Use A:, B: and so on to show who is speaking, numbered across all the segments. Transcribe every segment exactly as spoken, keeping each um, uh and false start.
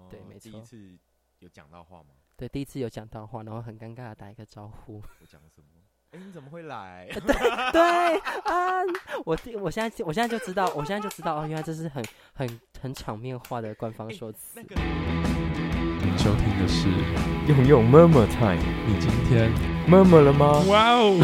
A: 对，没错。
B: 第一次有讲到话吗？
A: 对，第一次有讲到话，然后很尴尬的打一个招呼。
B: 我讲什么？哎、欸，你怎么会来？
A: 对对啊，我我现在我现在就知道，我现在就知道哦，原来这是很很很场面化的官方说辞。
B: 欸那个、
C: 您收听的是用用 Murmur Time， 你今天 murmur 了吗？
B: 哇哦！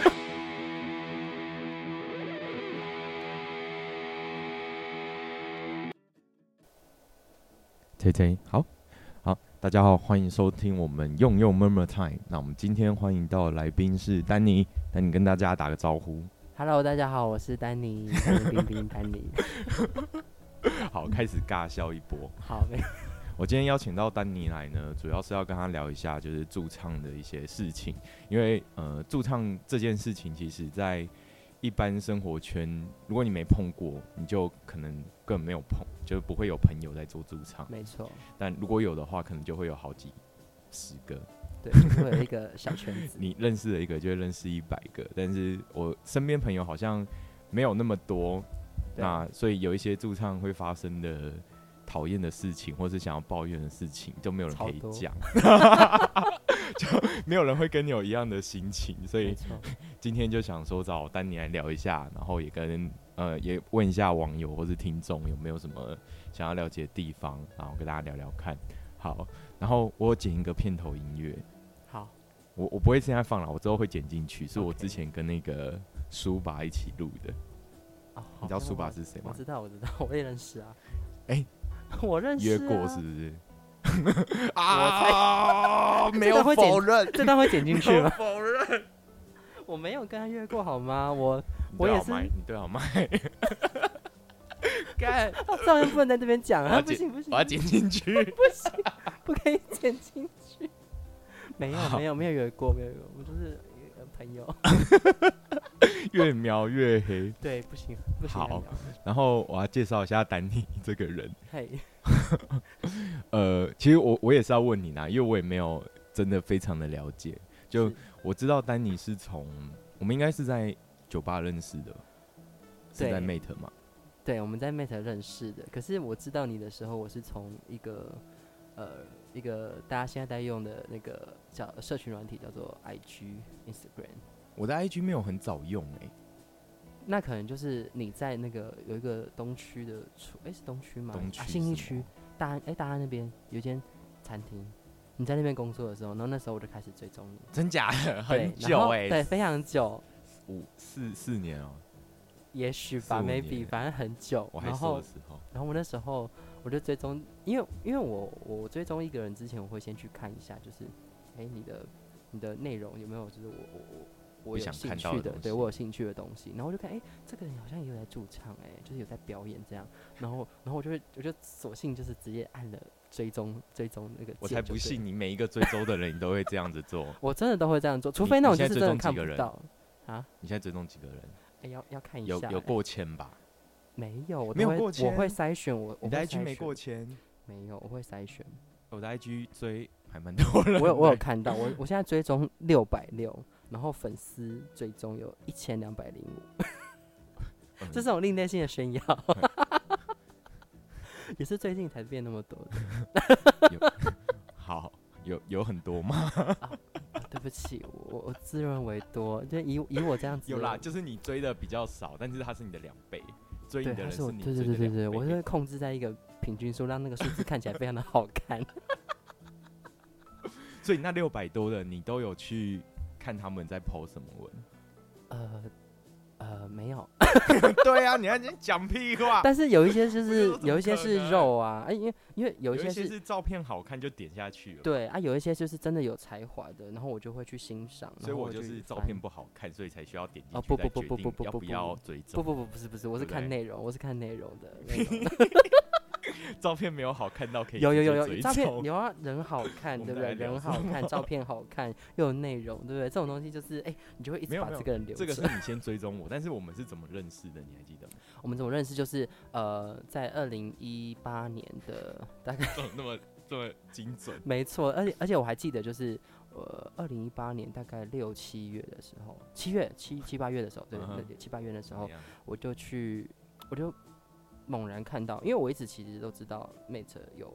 B: 推推好好，大家好，欢迎收听我们用用 Murmur Time。那我们今天欢迎到的来宾是丹尼，丹尼跟大家打个招呼。
A: Hello， 大家好，我是丹尼，丹尼冰冰，丹尼。
B: 好，开始尬笑一波。
A: 好，没。
B: 我今天邀请到丹尼来呢，主要是要跟他聊一下就是驻唱的一些事情，因为呃驻唱这件事情，其实在一般生活圈，如果你没碰过，你就可能根本没有碰，就不会有朋友在做驻唱。
A: 没错。
B: 但如果有的话，可能就会有好几十个。
A: 对，会有一个小圈子。
B: 你认识了一个，就会认识一百个。但是我身边朋友好像没有那么多，那所以有一些驻唱会发生的讨厌的事情，或是想要抱怨的事情，就没有人可以讲，就没有人会跟你有一样的心情。所以今天就想说找丹尼来聊一下，然后也跟呃也问一下网友或是听众有没有什么想要了解的地方，然后跟大家聊聊看。好，然后我有剪一个片头音乐。
A: 好，
B: 我我不会现在放了，我之后会剪进去，是我之前跟那个苏爸一起录的。
A: 哦，
B: 你知道苏爸是谁吗？
A: 我知道，我知道，我也认识啊。
B: 哎、欸，
A: 我认识、啊。
B: 约过是不是？啊，没有否认，
A: 这段会剪进去吗？
B: 否认，
A: 我没有跟他约过好吗？我我也是，
B: 你对好麦。
A: 干，这样不能在这边讲啊！不行不行，
B: 我要剪进去，
A: 不行，不可以剪进去。没有没有没有约过，没有约过，我就是朋友。
B: 越描越黑。
A: 对，不行不行。
B: 好，然后我要介绍一下丹尼这个人。
A: 嘿，
B: 呃，其实我我也是要问你啦，因为我也没有真的非常的了解。就我知道丹尼是从我们应该是在酒吧认识的，是在 Mate 吗？
A: 对，我们在 Mate 认识的。可是我知道你的时候，我是从一个呃。一个大家现在在用的那个叫社群软体叫做 I G、Instagram。
B: 我的 I G 没有很早用哎、欸，
A: 那可能就是你在那个有一个东区的，哎、欸、是东区吗？
B: 东区、
A: 啊、信义区大安，哎、欸、大安那边有一间餐厅，你在那边工作的时候，然后那时候我就开始追踪你。
B: 真假的？很久哎、欸，
A: 对，非常久，
B: 五四四年哦、喔，
A: 也许吧 ，maybe， 反正很久。
B: 我还瘦的时候，
A: 然后我那时候。我就追踪，因为因为我我追踪一个人之前，我会先去看一下，就是，哎、欸，你的你的内容有没有就是我我我我有兴趣的，对我有兴趣的东西，然后我就看，哎、欸，这个人好像也有在驻唱，哎，就是有在表演这样，然后然后我就会我就索性就是直接按了追踪追踪那个键，
B: 我才不信你每一个追踪的人你都会这样子做，
A: 我真的都会这样做，除非那种就是真的看不到啊。
B: 你现在追踪几个人？
A: 哎、欸，要要看一下、欸，
B: 有有过千吧？
A: 没有，我
B: 没有过千，
A: 我会筛选我。
B: 你的 I G 没过千？
A: 没有，我会筛选。
B: 我的 I G 追还蛮多人，
A: 我有我有看到，我我现在追踪六百六，然后粉丝追踪有一千两百零五，这是种另类性的炫耀，也是最近才变那么多
B: 的。好，有有很多吗？
A: 啊对不起，我我自认为多，就以以我这样子。
B: 有啦，就是你追的比较少，但是他是你的两倍。追你的人是你
A: 对对对对对，我是会控制在一个平均数，让那个数字看起来非常的好看。
B: 所以那六百多的，你都有去看他们在 po 什么文？
A: 呃呃，没有。
B: 对啊，你还讲屁话。
A: 但是有一些就是有一些是肉啊，哎、欸，因为因为有一些 是,
B: 有一些是照片好看就点下去了。
A: 对啊，有一些就是真的有才华的，然后我就会去欣赏。
B: 所以我就是照片不好看，所以才需要点进去。
A: 哦不不不不不不
B: 要不要追踪？
A: 不不不不是不是，我是看内容，我是看内容的。
B: 照片没有好看到可以
A: 有有有有照片有啊，人好看对不对？人好看，照片好看，又有内容对不对？这种东西就是哎、欸，你就会一直把这个人留着。
B: 这个是你先追踪我，但是我们是怎么认识的？你还记得吗？
A: 我们怎么认识？就是呃，在二零一八年的大概
B: 那么这么精准，
A: 没错，而且而且我还记得就是呃，二零一八年大概六七月的时候，七月七七八月的时候，对对、uh-huh. 七八月的时候，我就去，我就猛然看到，因为我一直其实都知道 Mate 有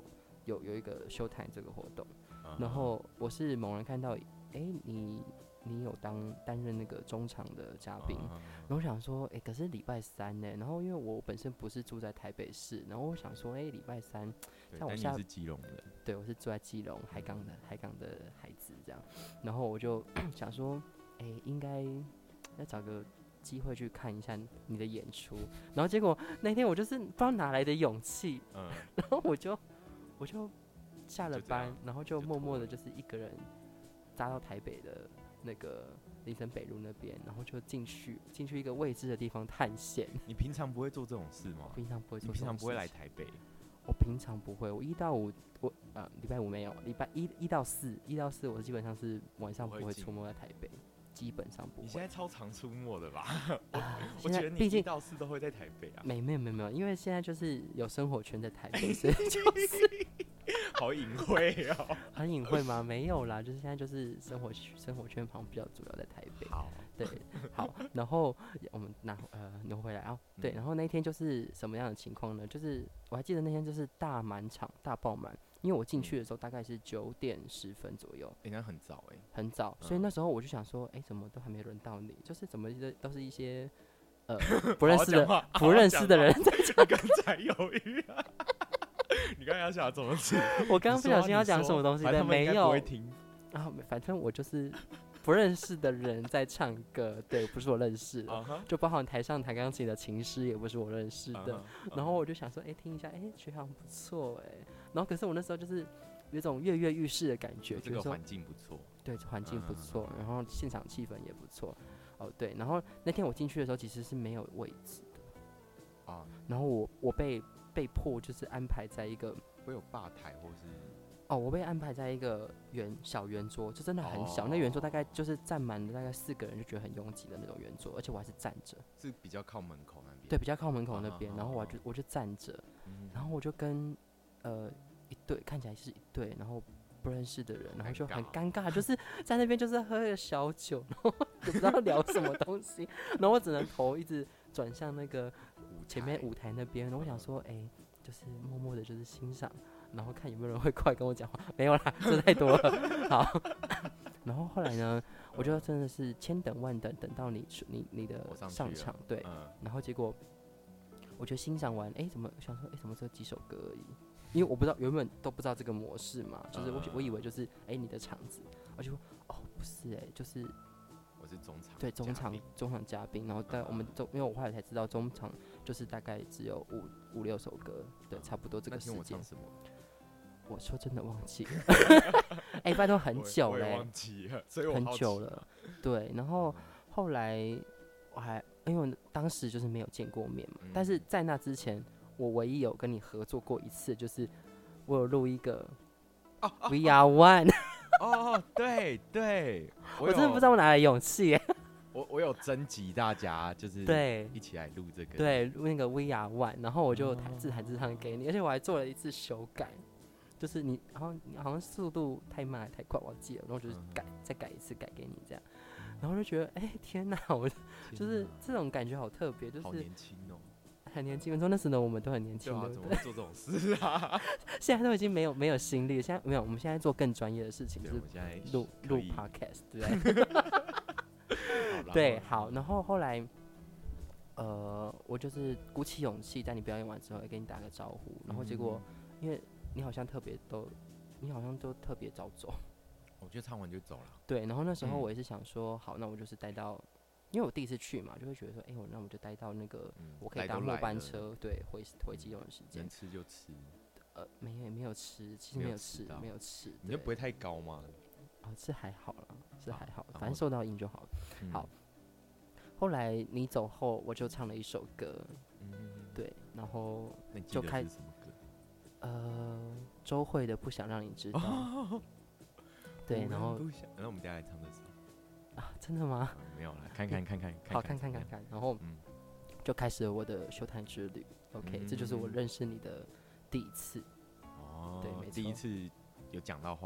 A: 有有一个 Showtime 这个活动，然后我是猛然看到，哎、欸，你你有当担任那个中场的嘉宾，然后我想说，哎、欸，可是礼拜三呢，然后因为我本身不是住在台北市，然后我想说，哎、欸，礼拜三，像我下
B: 是基隆人，
A: 对，我是住在基隆海港的海港的孩子这样，然后我就想说，哎、欸，应该要找个机会去看一下你的演出，然后结果那天我就是不知道哪来的勇气，嗯，然后我就我就下了班，然后就默默的就是一个人扎到台北的那个林森北路那边，然后就进去进去一个未知的地方探险。
B: 你平常不会做这种事吗？
A: 我平常不会做这种事。
B: 你平常不会来台北？
A: 我平常不会，我一到五我呃礼拜五没有，礼拜一一到四一到四我基本上是晚上不会出没在台北。基本上不会。
B: 你现在超常出没的吧？
A: 啊、
B: 我觉得你一到四都会在台北啊。
A: 没没有没有没有，因为现在就是有生活圈在台北，所以就是
B: 好隐晦哦。
A: 很隐晦吗？没有啦，就是现在就是生活生活圈旁比较主要在台北。
B: 好，
A: 对，好，然后我们拿呃扭回来啊，对，然后那一天就是什么样的情况呢？就是我还记得那天就是大满场大爆满。因为我进去的时候大概是九点十分左右，
B: 应该很早哎、欸，
A: 很早，所以那时候我就想说，哎、欸，怎么都还没轮到你？就是怎么都是一些呃不认识的不认识的人在讲，
B: 刚才犹豫啊，你刚才要想怎么吃？
A: 我刚刚不小心要讲什么东西，但没有。
B: 然
A: 后反正我就是不认识的人在唱歌，对，不是我认识的， uh-huh. 就包含台上弹钢琴的琴师也不是我认识的。Uh-huh. Uh-huh. 然后我就想说，哎、欸，听一下，哎、欸，觉得好像不错，哎。然后可是我那时候就是有一种跃跃欲试的感觉，
B: 这个环境不错，
A: 对，环境不错，嗯，然后现场气氛也不错，哦对，然后那天我进去的时候其实是没有位置的，啊，然后我我被被迫就是安排在一个
B: 会有吧台或是
A: 哦，我被安排在一个圆小圆桌，就真的很小，哦，那圆桌大概就是站满了大概四个人，就觉得很拥挤的那种圆桌，而且我还是站着，
B: 是比较靠门口那边，
A: 对，比较靠门口那边，啊，然后我就我就站着，嗯，然后我就跟呃一对看起来是一对，然后不认识的人，然后就很尴尬，就是在那边就是喝了小酒，然后也不知道聊什么东西，然后我只能头一直转向那个前面舞台那边，然后我想说，哎，欸，就是默默的就是欣赏。然后看有没有人会过来跟我讲话，没有啦，这太多了。好，然后后来呢，我就真的是千等万等，等到你你你的上场，对，嗯，然后结果我就欣赏完，哎，怎么想说，哎，怎么只有几首歌而已？因为我不知道，原本都不知道这个模式嘛，就是我我以为就是哎你的场子，我就说哦不是哎，就是
B: 我是中场，
A: 对中场中场嘉宾，然后在我们中，因为我后来才知道中场就是大概只有五五六首歌，对，差不多这个时间。我说真的忘记了，哎、欸，拜托很久了、欸，
B: 忘记了，所以我
A: 很久了，对。然后后来我还因为我当时就是没有见过面嘛、嗯，但是在那之前，我唯一有跟你合作过一次，就是我有录一个《哦、We Are One》。
B: 哦，对对，
A: 我, 我真的不知道我哪来勇气、欸。
B: 我我有征集大家，就是对一起来录这个，
A: 对，录那个《We Are One》，然后我就自弹自唱给你，而且我还做了一次修改。就是你，然后你好像速度太慢还太快，我记了，然后就是改、嗯、再改一次，改给你这样，然后就觉得，哎、欸，天哪，我就是这种感觉好特别，就是
B: 好年轻哦，
A: 很年轻。说那时呢，我们都很年轻，
B: 对不对？怎么会做这种事啊？
A: 现在都已经没有没有心力，现在没有，我们现在做更专业的事情，就是录录 podcast， 对不对？对，好，然后后来，呃，我就是鼓起勇气，在你表演完之后，也跟你打个招呼，然后结果、嗯、因为。你好像特别都，你好像都特别早走。
B: 我就唱完就走了。
A: 对，然后那时候我也是想说，嗯、好，那我就是待到，因为我第一次去嘛，就会觉得说，哎、欸，我那我就待到那个、嗯，我可以搭末班车，对，回回基隆的时间。
B: 能吃就吃。
A: 呃，没有没有吃，其实没有吃，没有吃。
B: 你就不会太高吗？
A: 哦，是还好啦，是还好，反正收到音就好了、嗯。好，后来你走后，我就唱了一首歌，嗯，对，然后就开。呃，周慧的不想让你知道，哦、对，然后
B: 不想，那我们等一下来唱这首
A: 啊，真的吗？
B: 嗯、没有啦，看看看看，
A: 好看看看看，然后、嗯、就开始了我的修坛之旅。OK，、嗯、这就是我认识你的第一次。
B: 哦，对，没错。第一次有讲到话吗？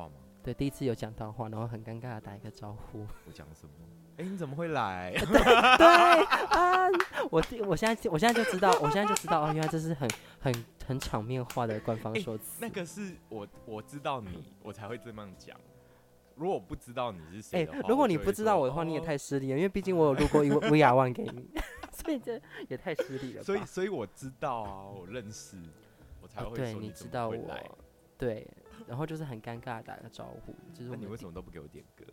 A: 对，第一次有讲到话，然后很尴尬的打一个招呼。
B: 我讲什么？哎、欸，你怎么会来？
A: 对对啊，我我现在我现在就知道，我现在就知道哦，原来这是很很很场面化的官方说辞。
B: 欸、那个是我我知道你，我才会这么样讲。如果我不知道你是谁的话，欸、
A: 如果你不知道我的话，你也太失礼了，因为毕竟我有录过一 V R One 给你，所以这也太失礼了吧。
B: 所以所以我知道啊，我认识，我才会说你、
A: 哦、对，你知道我，对，然后就是很尴尬的打个招呼，就是我
B: 那你为什么都不给我点歌？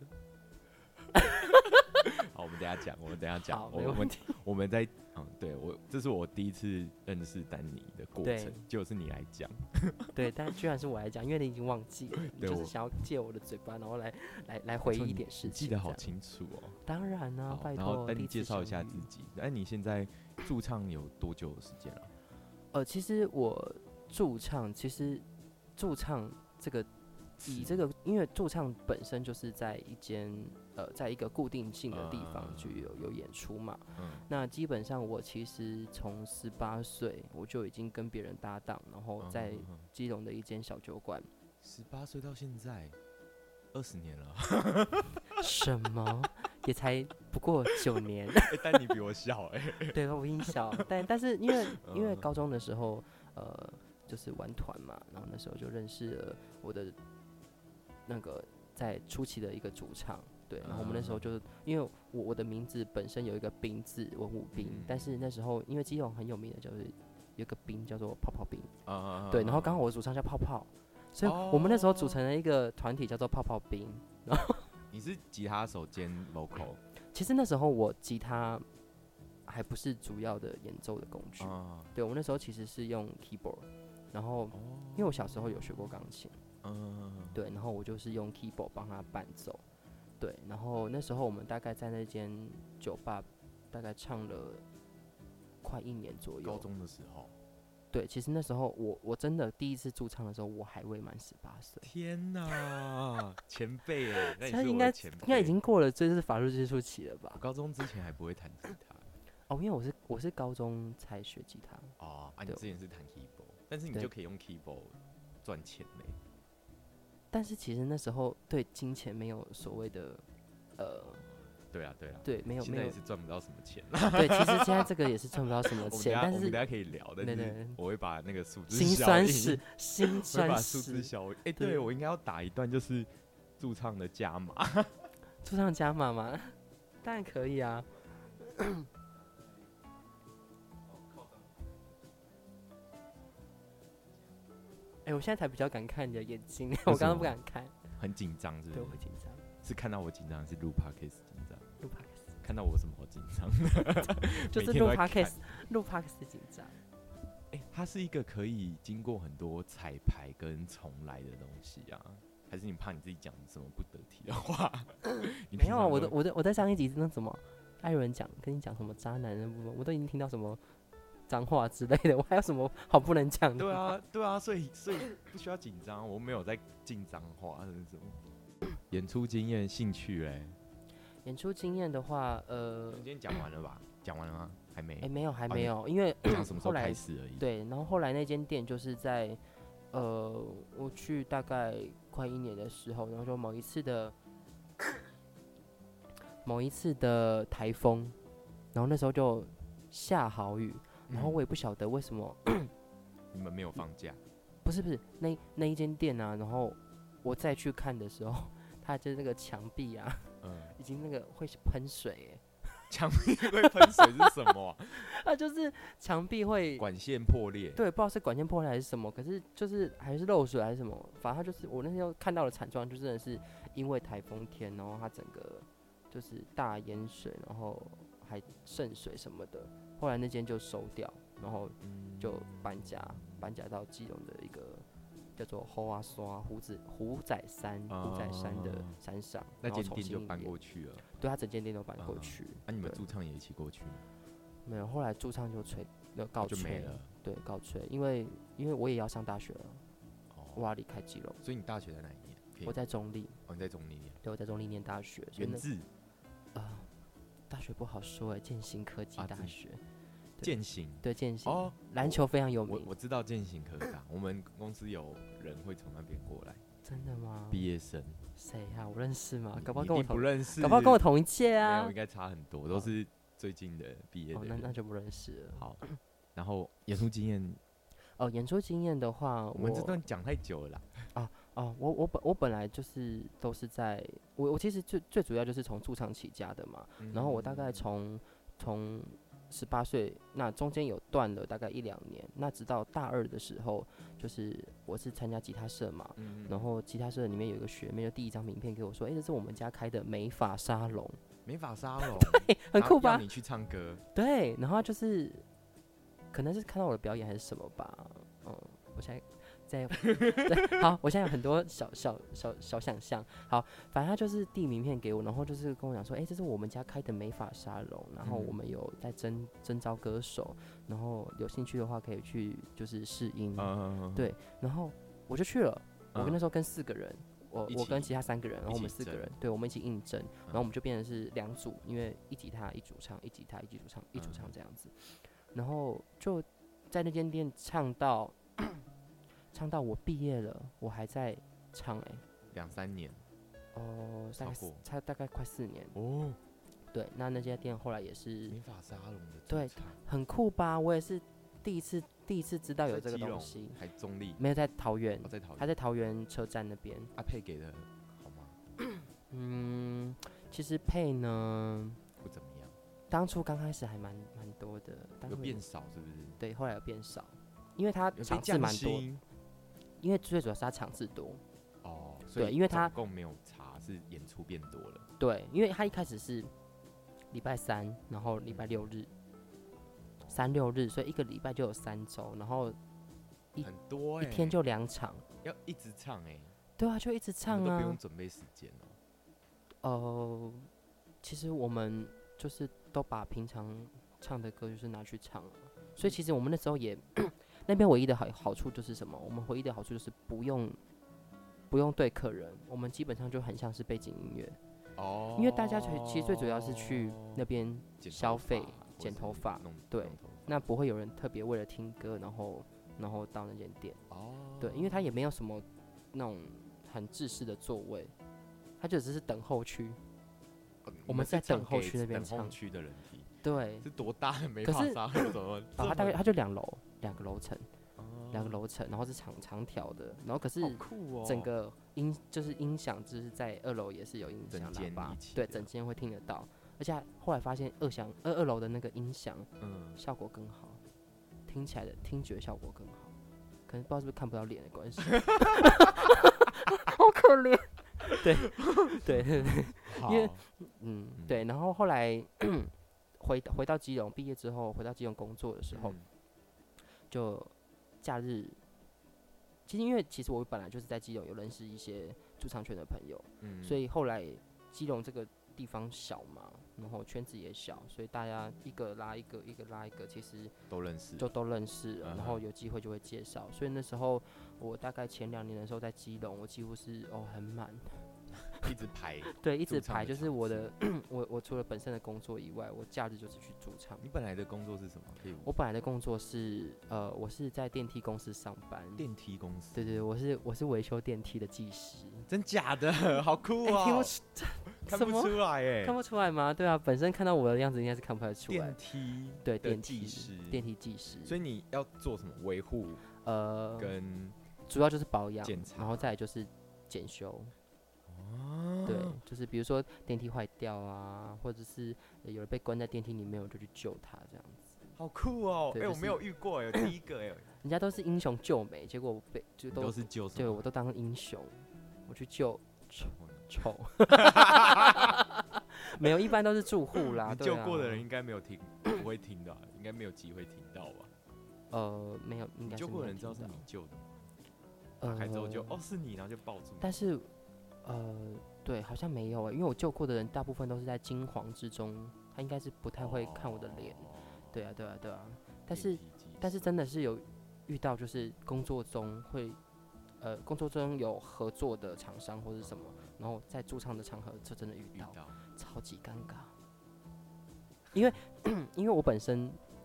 B: 好，我们等一下讲，我们等一下讲，
A: 没问题。
B: 我们在嗯，对我，这是我第一次认识丹尼的过程，就是你来讲。
A: 对，但居然是我来讲，因为你已经忘记了，你就是想要借我的嘴巴，然后来来来回忆一点事情。
B: 记得好清楚哦。
A: 当然啊，拜托。
B: 然后丹尼介绍一下自己。哎，你现在驻唱有多久的时间了？
A: 呃，其实我驻唱，其实驻唱这个。以这个，因为驻唱本身就是在一间呃，在一个固定性的地方就有有演出嘛。嗯、那基本上我其实从十八岁我就已经跟别人搭档，然后在基隆的一间小酒馆。
B: 十八岁到现在，二十年了。
A: 什么？也才不过九年。
B: 欸、但你比我小哎、欸。
A: 对，我比你小，但但是因为因为高中的时候，呃，就是玩团嘛，然后那时候就认识了我的。那个在初期的一个主唱，对，然后我们那时候就因为我我的名字本身有一个兵字，文武兵，嗯、但是那时候因为基隆很有名的就是有一个兵叫做泡泡兵，啊、对，然后刚好我的主唱叫泡泡，所以我们那时候组成了一个团体叫做泡泡兵。然后
B: 你是吉他手兼 vocal？
A: 其实那时候我吉他还不是主要的演奏的工具，啊、对我那时候其实是用 keyboard， 然后、哦、因为我小时候有学过钢琴。嗯，对，然后我就是用 keyboard 帮他伴奏，对，然后那时候我们大概在那间酒吧大概唱了快一年左右。
B: 高中的时候，
A: 对，其实那时候我我真的第一次驻唱的时候，我还未满十八岁。
B: 天哪，前辈哎，那你
A: 是我的前辈，应该已经过了这是法律接触期了吧？
B: 我高中之前还不会弹吉他。
A: 哦，因为我是我是高中才学吉他。
B: 哦，啊，你之前是弹 keyboard， 但是你就可以用 keyboard 赚钱嘞。
A: 但是其实那时候对金钱没有所谓的，呃，
B: 对啊对啊，
A: 对，没有
B: 现在也是赚不到什么钱。
A: 对，其实现在这个也是赚不到什么钱，但是
B: 我们大家可以聊，但是我会把那个数字
A: 辛酸史，辛酸史，
B: 数字效应。哎，对我应该要打一段就是驻唱的加码，
A: 驻唱加码吗？当然可以啊。哎、欸，我现在才比较敢看你的眼睛，我刚刚不敢看，
B: 很紧张，是不是？
A: 对，我紧张。
B: 是看到我紧张，是录 podcast 紧张？
A: 录 podcast。
B: 看到我什么好紧张的？
A: 就是录 podcast， 录 podcast 紧张。
B: 哎、欸，它是一个可以经过很多彩排跟重来的东西啊，还是你怕你自己讲什么不得体的话？
A: 没有啊，我的我的我在上一集那什么，艾伦讲跟你讲什么渣男的部分，我都已经听到什么。脏话之类的，我还有什么好不能讲的？
B: 对啊，对啊，所以所以不需要紧张，我没有在进脏话，是什么？演出经验、兴趣嘞？
A: 演出经验的话，呃，
B: 今天讲完了吧？讲完了吗？还没？
A: 哎、欸，没有，还没有，哦、因为
B: 讲什么时候开始而已。
A: 对，然后后来那间店就是在，呃，我去大概快一年的时候，然后就某一次的某一次的台风，然后那时候就下豪雨。然后我也不晓得为什么
B: 你们没有放假，
A: 不是不是那那一间店啊，然后我再去看的时候，它就是那个墙壁啊，嗯，已经那个会喷水哎，
B: 墙壁会喷水是什么、啊？
A: 它就是墙壁会
B: 管线破裂，
A: 对，不知道是管线破裂还是什么，可是就是还是漏水还是什么，反正它就是我那时候看到的惨状，就真的是因为台风天，然后它整个就是大淹水，然后还渗水什么的。后来那间就收掉，然后就搬家，搬家到基隆的一个叫做后阿刷虎子虎仔山虎仔山的山上，
B: 那间店就搬过去了。
A: 对，他整间店都搬过去。
B: 那、啊啊、你们驻唱也一起过去吗？
A: 没有，后来驻唱就吹，就告吹
B: 就没了。
A: 对，告吹，因为因为我也要上大学了，哦、我要离开基隆。
B: 所以你大学在哪一年？
A: 我在中立。
B: 哦，你在中立念？
A: 对，我在中立念大学。
B: 原字？
A: 啊、呃，大学不好说哎，建新科技大学。啊
B: 健行，
A: 对健行哦，篮球非常有名。
B: 我我知道健行可打，我们公司有人会从那边过来。
A: 真的吗？
B: 毕业生
A: 谁啊？我认识吗？搞不好跟我同
B: 不认识，
A: 搞不好跟我同一届啊。
B: 没有，应该差很多，都是最近的毕业的人。
A: 哦，那那就不认识了。
B: 好，然后演出经验，
A: 哦，演出经验的话，
B: 我们这段讲太久了啦。
A: 哦哦，我我本我本来就是都是在，我我其实最最主要就是从驻唱起家的嘛。嗯、然后我大概从从十八岁，那中间有断了大概一两年。那直到大二的时候，就是我是参加吉他社嘛，嗯、然后吉他社里面有一个学妹，就递一张名片给我说：“哎、欸，这是我们家开的美发沙龙。”
B: 美发沙龙，
A: 对，很酷吧？
B: 让你去唱歌，
A: 对，然后就是可能是看到我的表演还是什么吧，嗯，我现在。在对，好，我现在有很多小小小小想象。好，反正他就是递名片给我，然后就是跟我讲说，哎、欸，这是我们家开的美发沙龙，然后我们有在征征招歌手，然后有兴趣的话可以去就是试音，嗯、对，然后我就去了。我跟那时候跟四个人，我我跟其他三个人，然后我们四个人，对，我们一起应征，然后我们就变成是两组，因为一吉他一主唱，一吉他一主唱，一主唱这样子，然后就在那间店唱到。唱到我毕业了，我还在唱哎、欸，
B: 两三年，
A: 哦，大概差大概快四年
B: 哦。
A: 对，那那家店后来也是
B: 美发沙龙的，
A: 对，很酷吧？我也是第一次第一次知道有这个东西。
B: 还中立？
A: 没有，在桃园，
B: 哦、在桃园，
A: 他在桃园车站那边。
B: 阿佩给的好吗？
A: 嗯，其实配呢
B: 不怎么样。
A: 当初刚开始还蛮蛮多的，
B: 有变少是不是？
A: 对，后来有变少，因为他场次蛮多。因为最主要是他场次多，
B: 哦，所以
A: 对，因为他
B: 总共没有差，是演出变多了。
A: 对，因为他一开始是礼拜三，然后礼拜六日，嗯、三六日，所以一个礼拜就有三周，然后一
B: 很多、欸，
A: 一天就两场，
B: 要一直唱哎、欸。
A: 对啊，就一直唱啊，
B: 都不用准备时间哦。
A: 呃，其实我们就是都把平常唱的歌就是拿去唱了，所以其实我们那时候也。那边唯一的好好处就是什么？我们唯一的好处就是不用不用对客人，我们基本上就很像是背景音乐。哦，因为大家其实最主要是去那边消费、剪头发，对，那不会有人特别为了听歌，然后然后到那间店。哦，对，因为他也没有什么那种很制式的座位，他就只是等候区。
B: 呃、
A: 我们在等候区那边唱。
B: 等候区的人体。
A: 对。
B: 是多大的美发沙龙？怎么？
A: 啊，他大概他就两楼。两个楼层，两、哦、个楼层，然后是长长条的，然后可是整个音、哦、就是音响，就是在二楼也是有音响喇叭，对，整间会听得到。而且后来发现二响二二楼的那个音响，嗯，效果更好，听起来的听觉效果更好。可能不知道是不是看不到脸的关系，好可怜。对对对对，因为嗯对，然后后来回回到基隆，毕业之后回到基隆工作的时候。嗯，就假日，其实因为其实我本来就是在基隆有认识一些驻唱圈的朋友，嗯、所以后来基隆这个地方小嘛，然后圈子也小，所以大家一个拉一个，一个拉一个，其实
B: 都认识，
A: 就都认识了，然后有机会就会介绍。所以那时候我大概前两年的时候在基隆，我几乎是哦很满。
B: 一直排，
A: 对，一直排，就是我的，我我除了本身的工作以外，我假日就是去驻唱。
B: 你本来的工作是什么？
A: 我本来的工作是，呃，我是在电梯公司上班。
B: 电梯公司？
A: 对对，我是我是维修电梯的技师。
B: 真假的？好酷啊！
A: 欸、
B: 看不出来哎，
A: 看不出来吗？对啊，本身看到我的样子应该是看不太出来。
B: 电梯，
A: 对，电梯
B: 技师，
A: 电梯技师。
B: 所以你要做什么维护？呃，跟
A: 主要就是保养，
B: 检查，
A: 然后再来就是检修。哦，对，就是比如说电梯坏掉啊，或者是有人被关在电梯里面，我就去救他这样子。
B: 好酷哦！哎、欸，我没有遇过哎，第一个哎。
A: 人家都是英雄救美，结果我被就都
B: 都是救什么？
A: 对，我都当英雄，我去救丑丑。没有，一般都是住户啦。
B: 你救过的人应该没有听，不会听的、啊，应该没有机会听到吧？
A: 呃，没有，应该是没有听到。
B: 你救过的人知道是你救的吗？打开之后就、呃、哦是你，然后就抱住你。
A: 但是。呃，对，好像没有哎、欸，因为我救过的人大部分都是在惊惶之中，他应该是不太会看我的脸。哦、对啊，对啊，对啊。但是，但是真的是有遇到，就是工作中会，呃，工作中有合作的厂商或是什么，然后在驻唱的场合就真的遇到，遇到超级尴尬。因为，因为我本身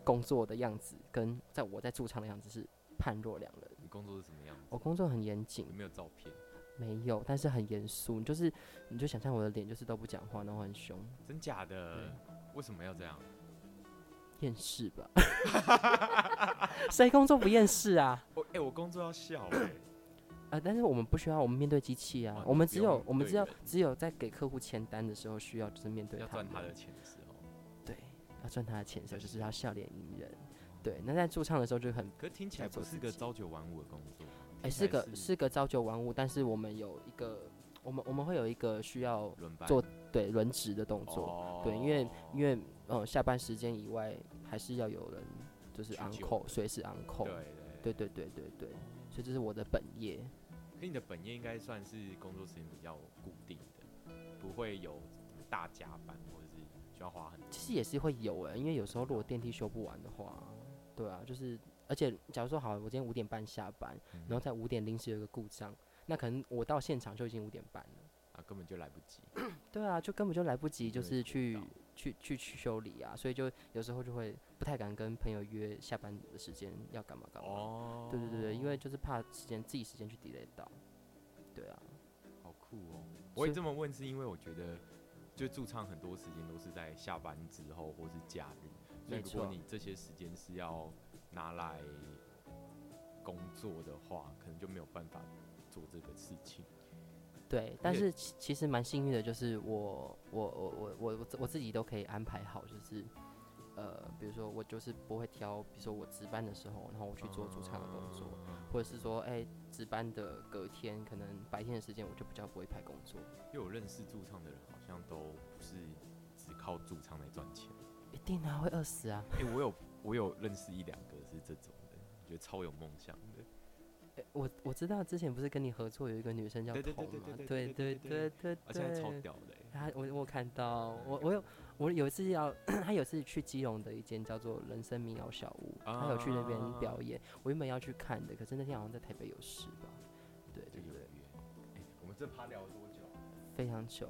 A: 工作的样子跟在我在驻唱的样子是判若两人。
B: 你工作是什么样子？
A: 我工作很严谨。
B: 有没有照片？
A: 没有，但是很严肃。就是你就想象我的脸就是都不讲话，然后很凶。
B: 真假的？为什么要这样？
A: 厌世吧。谁工作不厌世啊？
B: 我哎、欸，我工作要笑哎、欸。
A: 呃，但是我们不需要，我们面对机器啊。
B: 哦、
A: 我们只有我们只有只有在给客户签单的时候需要，就是面对他。
B: 要赚他的钱的时候。
A: 对，要赚他的钱的时候，就是要笑脸迎人。对，那在驻唱的时候就很。
B: 可是听起来不是个朝九晚五的工作。
A: 哎、欸，是个是个朝九晚五，但是我们有一个，我们我们会有一个需要做对轮值的动作。哦、对，因为因为呃下班时间以外，还是要有人就是 on call， 随时 on call。对对对对对对，所以这是我的本业。
B: 可你的本业应该算是工作时间比较固定的，不会有大加班或者是需要花很多。
A: 其实也是会有哎、欸，因为有时候如果电梯修不完的话，对啊，就是而且假如说好，我今天五点半下班，嗯、然后在五点临时有一个故障，那可能我到现场就已经五点半了，
B: 啊，根本就来不及。
A: 对啊，就根本就来不及，就是去去去去修理啊，所以就有时候就会不太敢跟朋友约下班的时间要干嘛干嘛。哦，对对对对，因为就是怕时间自己时间去 delay 到。对啊，
B: 好酷哦！我会这么问是因为我觉得，就驻唱很多时间都是在下班之后或是假日，所以如果你这些时间是要拿来工作的话，可能就没有办法做这个事情。
A: 对，但是其实蛮幸运的，就是我我我我我我自己都可以安排好，就是呃，比如说我就是不会挑，比如说我值班的时候，然后我去做驻唱的工作，嗯、或者是说，哎、欸，值班的隔天可能白天的时间我就比较不会排工作。
B: 因为我认识驻唱的人，好像都不是只靠驻唱来赚钱。
A: 一定啊，会饿死啊！
B: 哎、欸，我有我有认识一两个是这种的，我觉得超有梦想的。
A: 欸、我我知道之前不是跟你合作有一个女生叫彤吗？对对对对对，
B: 而且还超屌的、欸。
A: 她我我看到我我有我有一次要她有一次去基隆的一间叫做人生民谣小屋，她、啊、有去那边表演，我原本要去看的，可是那天好像在台北有事吧？对对对。
B: 欸、我们这趴聊了多久？
A: 非常久。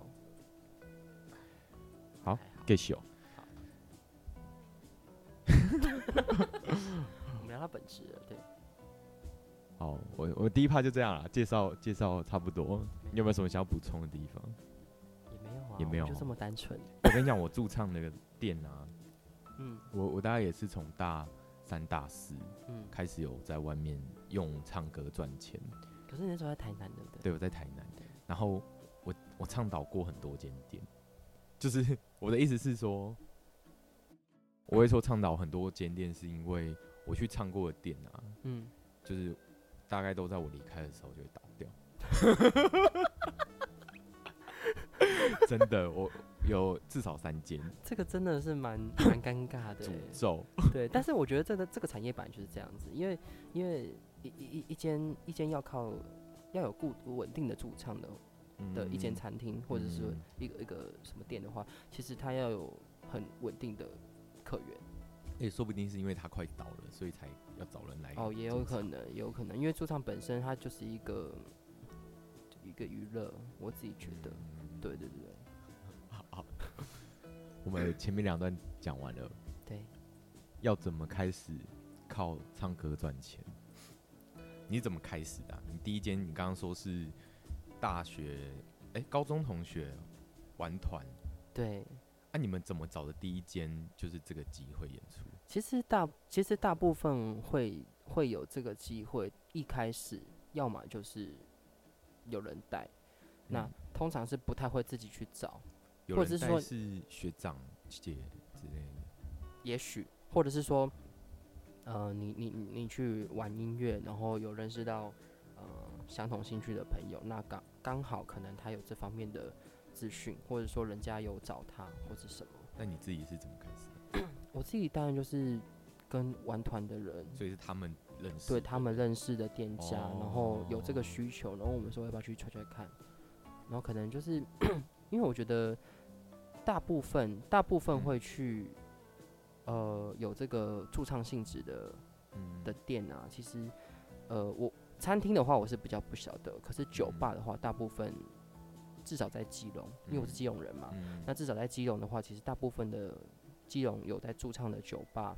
B: 好 ，get show。
A: 我们聊到本质了，对。
B: 好，我我第一趴就这样啦，介绍介绍差不多。你有没有什么想要补充的地方？
A: 也没有啊，
B: 也没有，
A: 就这么单纯。
B: 我跟你讲，我驻唱那个店啊，
A: 嗯，
B: 我我大概也是从大三大四，嗯，开始有在外面用唱歌赚钱。
A: 可是你那时候在台南，对不对？
B: 对，我在台南。然后我我倡导过很多间店，就是我的意思是说，我会说倡导很多间店，是因为我去唱过的店啊，嗯，就是。大概都在我离开的时候就会倒掉，真的，我有至少三间。
A: 这个真的是蛮蛮尴尬的、欸，
B: 诅咒。
A: 对，但是我觉得这个这个产业本来就是这样子，因为因为一一一间一间要靠要有固稳定的驻唱的的一间餐厅，嗯、或者是一个一个什么店的话，其实它要有很稳定的客源。
B: 欸，说不定是因为他快倒了，所以才要找人来。
A: 哦，也有可能，也有可能，因为驻唱本身它就是一个一个娱乐，我自己觉得，嗯、对对对。
B: 好，好我们前面两段讲完了，
A: 对，
B: 要怎么开始靠唱歌赚钱？你怎么开始的、啊？你第一间，你刚刚说是大学，哎、欸，高中同学玩团，
A: 对。
B: 那、啊、你们怎么找的第一间就是这个机会演出？
A: 其实大其实大部分会会有这个机会，一开始要么就是有人带，嗯、那通常是不太会自己去找，
B: 有人带是学长姐之类的，
A: 也许或者是说，呃，你你你去玩音乐，然后有认识到呃相同兴趣的朋友，那刚刚好可能他有这方面的资讯，或者说人家有找他或者什么。
B: 那你自己是怎么开始的？
A: 我自己当然就是跟玩团的人，
B: 所以是他们认识，
A: 对他们认识的店家，哦、然后有这个需求，然后我们说要不要去揣揣看，然后可能就是因为我觉得大部分大部分会去、嗯、呃有这个驻唱性质的、嗯、的店啊，其实呃我餐厅的话我是比较不晓得，可是酒吧的话，大部分至少在基隆，因为我是基隆人嘛，嗯、那至少在基隆的话，其实大部分的基隆有在驻唱的酒吧，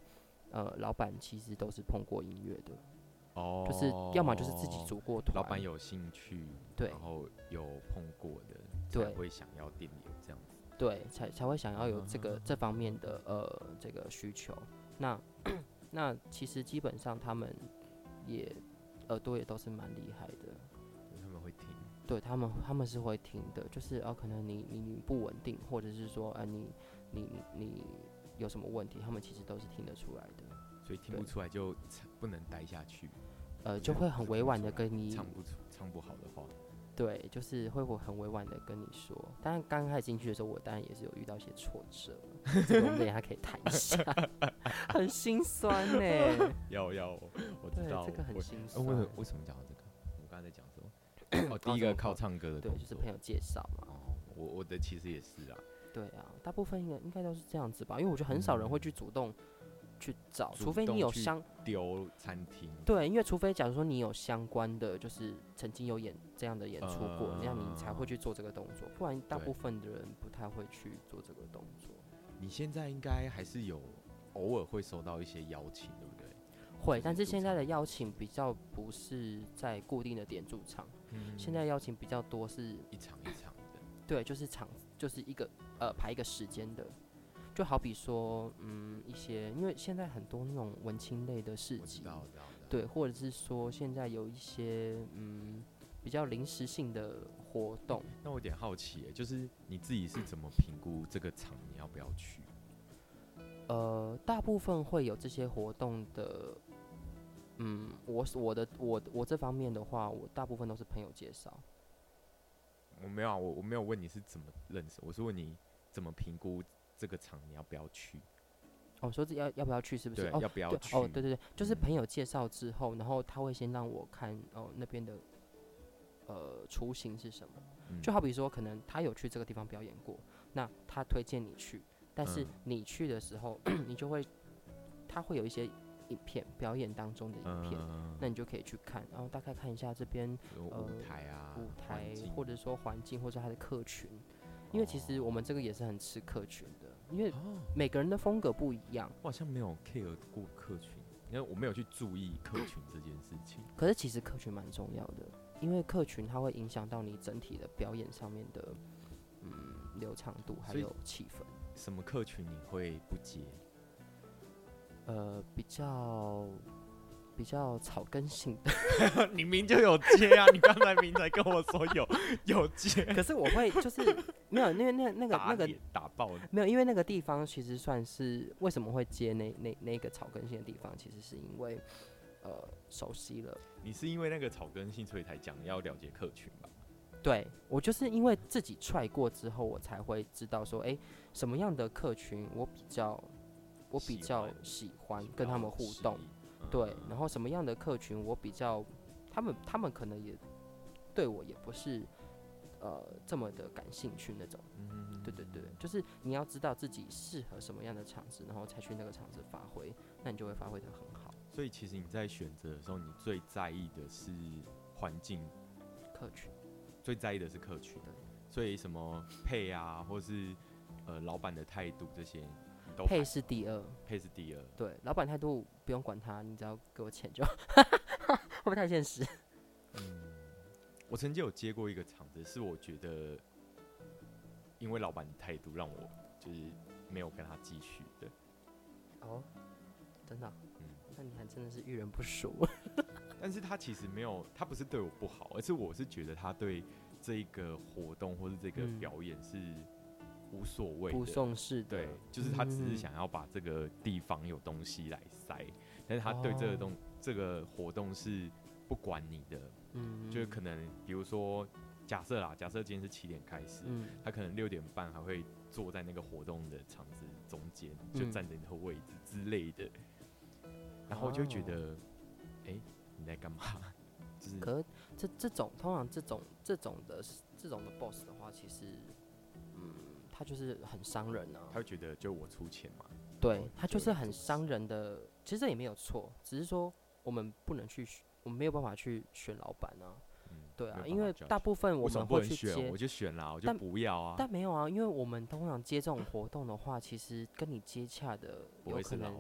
A: 呃，老板其实都是碰过音乐的。
B: 哦，
A: 就是要么就是自己组过团，
B: 老板有兴趣，
A: 对，
B: 然后有碰过的，
A: 对，
B: 才会想要店里有这样子，
A: 对，才才会想要有这个、嗯、这方面的呃这个需求。那那其实基本上他们也耳朵也都是蛮厉害的，
B: 他们会听，
A: 对他们他们是会听的，就是哦、呃，可能你你你不稳定，或者是说啊、呃、你你你有什么问题，他们其实都是听得出来的。
B: 所以听不出来就不能待下去，
A: 呃，就会很委婉的跟你
B: 唱不出唱不好的话，
A: 对，就是会很委婉的跟你说。当然刚开始进去的时候，我当然也是有遇到一些挫折，这个我们等一下可以谈一下，很心酸呢、欸。
B: 要要，我知道
A: 这个很心酸。
B: 为什么为什么讲到这个？我们刚才在讲什么？哦，第一个靠唱歌的，
A: 对，就是朋友介绍嘛。
B: 哦，我我的其实也是啊。
A: 对啊，大部分应该应该都是这样子吧，因为我觉得很少人会去主动。去找，除非你有相
B: 丢餐厅，
A: 对，因为除非假如说你有相关的，就是曾经有演这样的演出过，那、呃、样你才会去做这个动作，不然大部分的人不太会去做这个动作。
B: 你现在应该还是有偶尔会收到一些邀请，对不对？
A: 会，但是现在的邀请比较不是在固定的点驻唱，嗯、现在邀请比较多是
B: 一场一场的，
A: 对，就是场就是一个呃排一个时间的。就好比说，嗯，一些因为现在很多那种文青类的市集，对，或者是说现在有一些嗯比较临时性的活动。
B: 那我有点好奇，就是你自己是怎么评估这个场你要不要去？
A: 呃，大部分会有这些活动的，嗯，我我的我我这方面的话，我大部分都是朋友介绍。
B: 我没有啊，我我没有问你是怎么认识，我是问你怎么评估。这个场你要不要去？
A: 哦，说这要要不要去是不是？
B: 对，
A: 哦、
B: 要不要去？
A: 哦，对对对，就是朋友介绍之后，嗯、然后他会先让我看哦那边的呃雏形是什么。嗯、就好比说，可能他有去这个地方表演过，那他推荐你去，但是你去的时候，嗯、你就会他会有一些影片表演当中的影片，嗯、那你就可以去看，然后大概看一下这边
B: 呃舞台啊、
A: 舞台或者说环境或者他的客群。因为其实我们这个也是很吃客群的，因为每个人的风格不一样。
B: 我好像没有 care 过客群，因为我没有去注意客群这件事情。
A: 可是其实客群蛮重要的，因为客群它会影响到你整体的表演上面的嗯流畅度还有气氛。
B: 什么客群你会不接？
A: 呃，比较。比较草根性的，
B: 你明就有接啊！你刚才明才跟我说有有接，
A: 可是我会就是没有，因为那那个那个
B: 打爆
A: 没有，因为那个地方其实算是为什么会接那那那个草根性的地方，其实是因为呃熟悉了。
B: 你是因为那个草根性，所以才讲要了解客群吧？
A: 对，我就是因为自己踹过之后，我才会知道说，哎、欸，什么样的客群我比较我比较喜欢跟他们互动。对，然后什么样的客群我比较，他们他们可能也对我也不是呃这么的感兴趣那种。嗯，对对对，就是你要知道自己适合什么样的场子，然后才去那个场子发挥，那你就会发挥得很好。
B: 所以其实你在选择的时候，你最在意的是环境、
A: 客群，
B: 最在意的是客群。对，所以什么配啊，或是呃老板的态度这些。
A: 配是第二，
B: 配是第二。
A: 对，老板态度不用管他，你只要给我钱就好。会不会太现实？
B: 嗯，我曾经有接过一个场子，是我觉得因为老板的态度让我就是没有跟他继续的。
A: 哦，真的、啊？嗯，那你还真的是遇人不淑。
B: 但是他其实没有，他不是对我不好，而是我是觉得他对这个活动或是这个表演是。无所谓的，
A: 不重视的，
B: 对，就是他只是想要把这个地方有东西来塞，嗯、但是他对这个东、哦、这个活动是不管你的，嗯，就是可能比如说假设啦，假设今天是七点开始，嗯，他可能六点半还会坐在那个活动的场子中间，就站在那个位置之类的，嗯、然后我就觉得，哎、欸，你在干嘛？就是，
A: 可这这种通常这种这种的这种的 boss 的话，其实，嗯。他就是很伤人啊，
B: 他会觉得就我出钱嘛，
A: 对他就是很伤人的。其实这也没有错，只是说我们不能去，我们没有办法去选老板啊。嗯、对啊，因为大部分我们会去接，
B: 我就选啦，我就不要啊。
A: 但没有啊，因为我们通常接这种活动的话，其实跟你接洽的有可能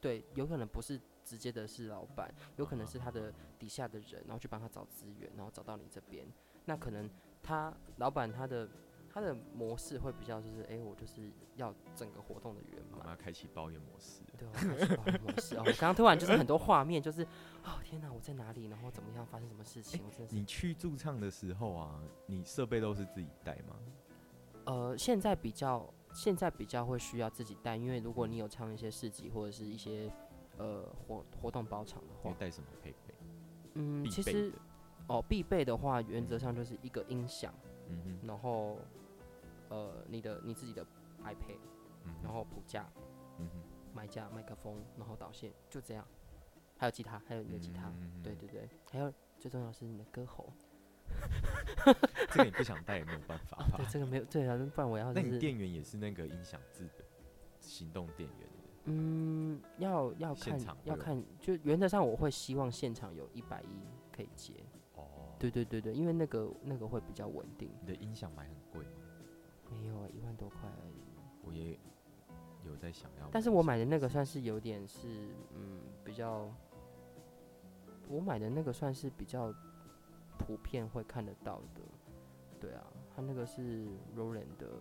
A: 对，有可能不是直接的是老板，有可能是他的底下的人，然后去帮他找资源，然后找到你这边。那可能他老板他的他的模式会比较就是，哎、欸，我就是要整个活动的圆满。
B: 我们要开启抱怨模式。
A: 对，我开启抱怨模式。哦，我刚刚突然就是很多画面，就是哦天哪，我在哪里？然后怎么样？发生什么事情？欸、我真的是。
B: 你去驻唱的时候啊，你设备都是自己带吗？
A: 呃，现在比较现在比较会需要自己带，因为如果你有唱一些市集或者是一些呃活活动包场的话，
B: 你带什么配备？
A: 嗯，其实哦必备的话，原则上就是一个音响，嗯哼，然后呃你的你自己的 iPad，嗯，然后谱架，嗯哼，麦架、麦克风，然后导线，就这样。还有吉他，还有你的吉他，嗯、对对对，还有最重要的是你的歌喉。
B: 这个你不想带也没有办法吧、
A: 哦。对，这个没有，对啊，不然我要、就是。
B: 那你电源也是那个音响制的行动电源？
A: 嗯，要要看要看，就原则上我会希望现场有一百一可以接。哦。对对对对，因为那个那个会比较稳定。
B: 你的音响买很贵吗？
A: 没有啊，一万多块而已。
B: 我也有在想要，
A: 但是我买的那个算是有点是嗯比较，我买的那个算是比较。普遍会看得到的，对啊，它那个是 Roland 的